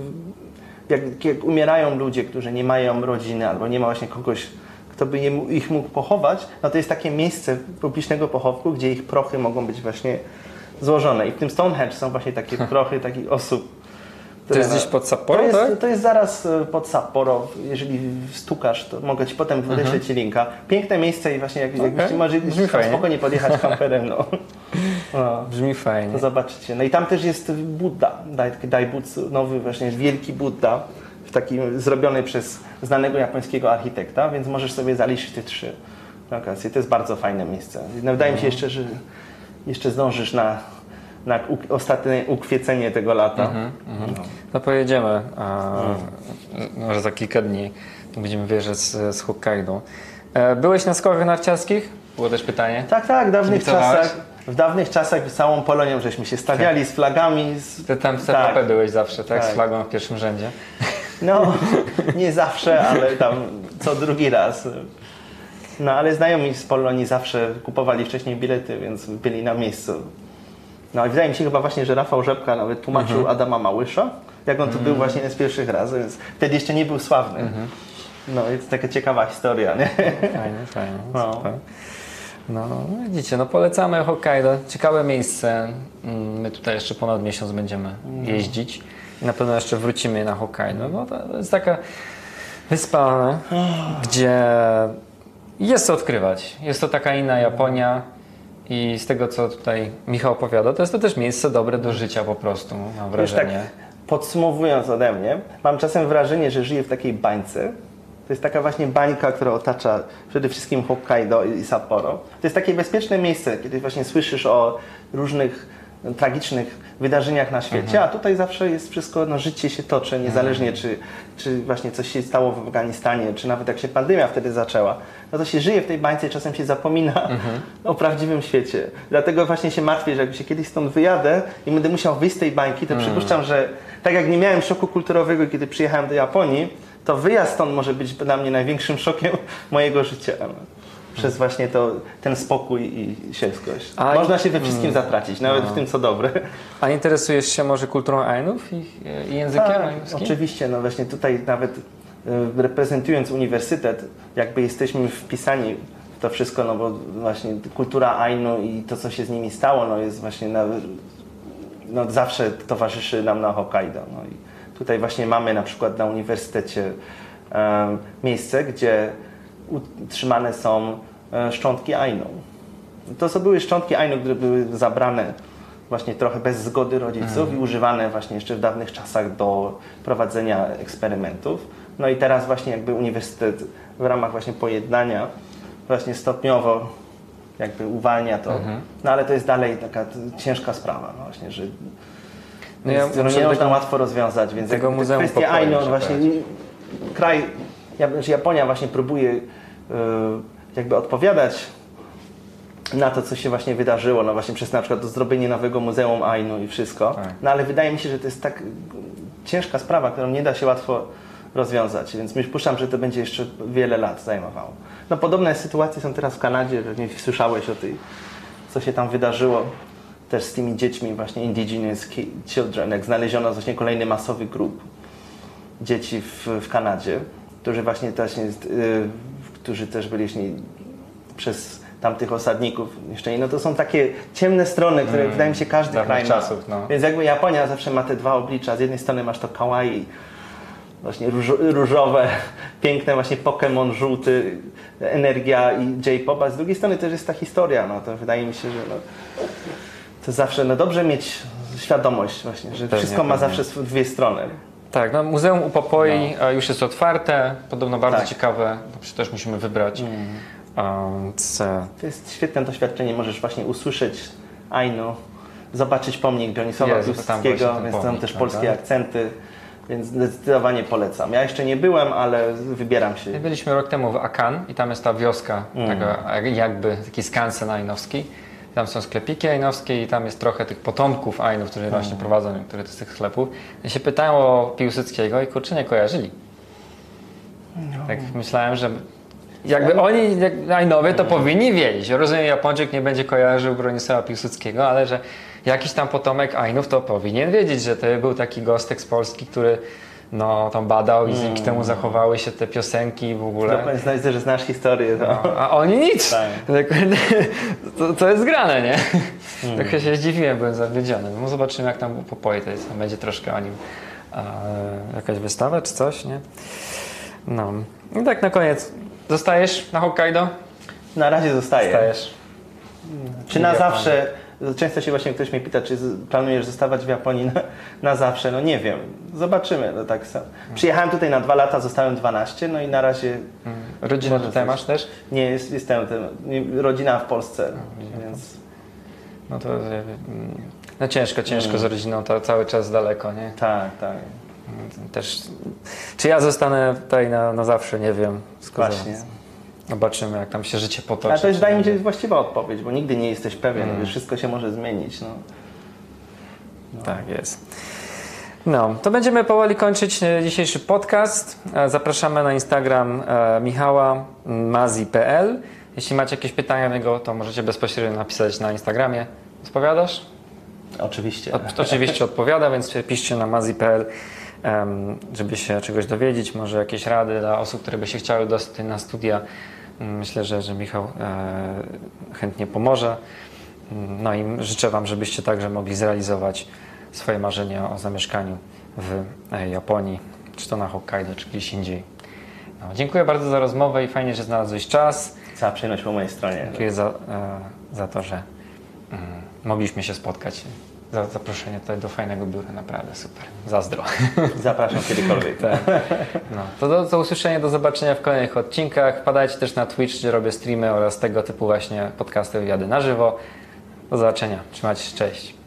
jak umierają ludzie, którzy nie mają rodziny albo nie ma właśnie kogoś, kto by ich mógł pochować, no to jest takie miejsce publicznego pochówku, gdzie ich prochy mogą być właśnie złożone. I w tym Stonehenge są właśnie takie prochy takich osób. To jest gdzieś pod Sapporo, tak? To jest zaraz pod Sapporo. Jeżeli stukasz, to mogę Ci potem wyśleć Ci linka. Piękne miejsce i właśnie jakbyście może spokojnie podjechać kamperem. No. Brzmi fajnie. To zobaczycie. No i tam też jest Buddha, Daibutsu, nowy właśnie wielki Buddha, zrobiony przez znanego japońskiego architekta, więc możesz sobie zaliczyć te 3 lokacje. To jest bardzo fajne miejsce. No, wydaje mi się jeszcze, że jeszcze zdążysz na ostatnie ukwiecenie tego lata. No pojedziemy, może za kilka dni będziemy wyjeżdżać z Hokkaido. Byłeś na skokach narciarskich? Było też pytanie. Tak, Kibicowałeś? w dawnych czasach z całą Polonią żeśmy się stawiali z flagami. Ty tam w tak. CPP byłeś zawsze, tak? Z Tak. flagą w pierwszym rzędzie. No, nie zawsze, ale tam co drugi raz. No, ale znajomi z Polonii zawsze kupowali wcześniej bilety, więc byli na miejscu. No i wydaje mi się chyba właśnie, że Rafał Rzepka nawet tłumaczył Adama Małysza, jak on tu był właśnie jeden z pierwszych razy, więc wtedy jeszcze nie był sławny. No jest taka ciekawa historia, nie? Fajnie, No. super. No widzicie, no polecamy Hokkaido, ciekawe miejsce. My tutaj jeszcze ponad miesiąc będziemy jeździć. Na pewno jeszcze wrócimy na Hokkaido. No to jest taka wyspa, gdzie jest co odkrywać. Jest to taka inna Japonia. I z tego, co tutaj Michał opowiada, to jest to też miejsce dobre do życia po prostu, mam Wiesz, tak wrażenie. podsumowując ode mnie, mam czasem wrażenie, że żyję w takiej bańce. To jest taka właśnie bańka, która otacza przede wszystkim Hokkaido i Sapporo. To jest takie bezpieczne miejsce, kiedy właśnie słyszysz o różnych tragicznych wydarzeniach na świecie, a tutaj zawsze jest wszystko, no życie się toczy, niezależnie czy właśnie coś się stało w Afganistanie, czy nawet jak się pandemia wtedy zaczęła, no to się żyje w tej bańce i czasem się zapomina o prawdziwym świecie. Dlatego właśnie się martwię, że jak się kiedyś stąd wyjadę i będę musiał wyjść z tej bańki, to przypuszczam, że tak jak nie miałem szoku kulturowego, kiedy przyjechałem do Japonii, to wyjazd stąd może być dla mnie największym szokiem mojego życia. Przez właśnie ten spokój i sielskość. Można się we wszystkim zatracić, nawet w tym, co dobre. A interesujesz się może kulturą Ainów i językiem aińskim? Oczywiście, no właśnie tutaj nawet reprezentując uniwersytet, jakby jesteśmy wpisani w to wszystko, no bo właśnie kultura Ainu i to, co się z nimi stało, no jest właśnie zawsze towarzyszy nam na Hokkaido. No i tutaj właśnie mamy na przykład na uniwersytecie miejsce, gdzie utrzymane są szczątki Ainu. To były szczątki Ainu, które były zabrane właśnie trochę bez zgody rodziców i używane właśnie jeszcze w dawnych czasach do prowadzenia eksperymentów. No i teraz właśnie jakby uniwersytet w ramach właśnie pojednania właśnie stopniowo jakby uwalnia to. No ale to jest dalej taka ciężka sprawa właśnie, że No ja którą nie można łatwo rozwiązać, więc tego muzeum kwestia pokoju Ainu się właśnie kraj Japonia właśnie próbuje jakby odpowiadać na to, co się właśnie wydarzyło, no właśnie przez na przykład to zrobienie nowego Muzeum Ainu i wszystko. Tak. No ale wydaje mi się, że to jest tak ciężka sprawa, którą nie da się łatwo rozwiązać, więc przypuszczam, że to będzie jeszcze wiele lat zajmowało. No podobne sytuacje są teraz w Kanadzie, pewnie słyszałeś o tej, co się tam wydarzyło też z tymi dziećmi właśnie indigenous children, jak znaleziono właśnie kolejny masowy grup dzieci w Kanadzie, którzy właśnie też którzy też byli przez tamtych osadników niszczeni. No to są takie ciemne strony, które wydaje mi się każdy kraj ma. Czasów, no. Więc jakby Japonia zawsze ma te dwa oblicza. Z jednej strony masz to kawaii, właśnie różowe, piękne właśnie Pokémon żółty, energia i J-pop, a z drugiej strony też jest ta historia. No to wydaje mi się, że to zawsze dobrze mieć świadomość właśnie, że wszystko ma zawsze dwie strony. Tak, no Muzeum Upopoi już jest otwarte, podobno bardzo Tak. ciekawe, to też musimy wybrać. To jest świetne doświadczenie, możesz właśnie usłyszeć Ainu, zobaczyć pomnik Bronisława Jezu, tam właśnie Piłsudskiego, ten więc tam pomnik, też prawda? polskie akcenty, więc zdecydowanie polecam. Ja jeszcze nie byłem, ale wybieram się. My byliśmy rok temu w Akan i tam jest ta wioska, taka, jakby taki skansen ainowski. Tam są sklepiki ainowskie i tam jest trochę tych potomków Ainów, którzy właśnie prowadzą niektóre z tych sklepów. Ja się pytałem o Piłsudskiego i kurczę nie kojarzyli. Tak myślałem, że jakby oni, jak Ainowie, to powinni wiedzieć. Rozumiem, Japończyk nie będzie kojarzył Bronisława Piłsudskiego, ale że jakiś tam potomek Ainów to powinien wiedzieć, że to był taki gostek z Polski, który tam badał i dzięki temu zachowały się te piosenki w ogóle. Znaczy, że znasz historię. A oni nic. Tak. To jest grane, nie? Trochę się zdziwiłem, byłem zawiedziony. No zobaczymy, jak tam po Popoi to jest. Tam będzie troszkę o nim jakaś wystawa czy coś, nie? No. I tak na koniec. Zostajesz na Hokkaido? Na razie zostaję. Zostajesz. Czy na zawsze? Często się właśnie ktoś mnie pyta, czy planujesz zostawać w Japonii na zawsze? No nie wiem. Zobaczymy. No tak samo. Przyjechałem tutaj na 2 lata, zostałem 12, no i na razie... Rodzinę tutaj masz też? Nie, jestem rodzina w Polsce, więc... No to no ciężko z rodziną, to cały czas daleko, nie? Tak. Też, czy ja zostanę tutaj na zawsze, nie wiem. Właśnie. Zobaczymy, jak tam się życie potoczy. Ale to jest, wydaje mi się, właściwa odpowiedź, bo nigdy nie jesteś pewien, wszystko się może zmienić. No. Tak jest. No, to będziemy powoli kończyć dzisiejszy podcast. Zapraszamy na Instagram Michała mazi.pl. Jeśli macie jakieś pytania do niego, to możecie bezpośrednio napisać na Instagramie. Odpowiadasz? Oczywiście. Oczywiście odpowiada, więc piszcie na mazi.pl, żeby się czegoś dowiedzieć, może jakieś rady dla osób, które by się chciały dostać na studia. Myślę, że Michał chętnie pomoże. No i życzę Wam, żebyście także mogli zrealizować swoje marzenia o zamieszkaniu w Japonii, czy to na Hokkaido, czy gdzieś indziej. No, dziękuję bardzo za rozmowę i fajnie, że znalazłeś czas. Cała przyjemność po mojej stronie. Dziękuję za to, że mogliśmy się spotkać. Za zaproszenie tutaj do fajnego biura, naprawdę super. Zazdro. Zapraszam kiedykolwiek. Tak. No, to do usłyszenia, do zobaczenia w kolejnych odcinkach. Wpadajcie też na Twitch, gdzie robię streamy oraz tego typu właśnie podcasty, wywiady na żywo. Do zobaczenia. Trzymajcie się, cześć.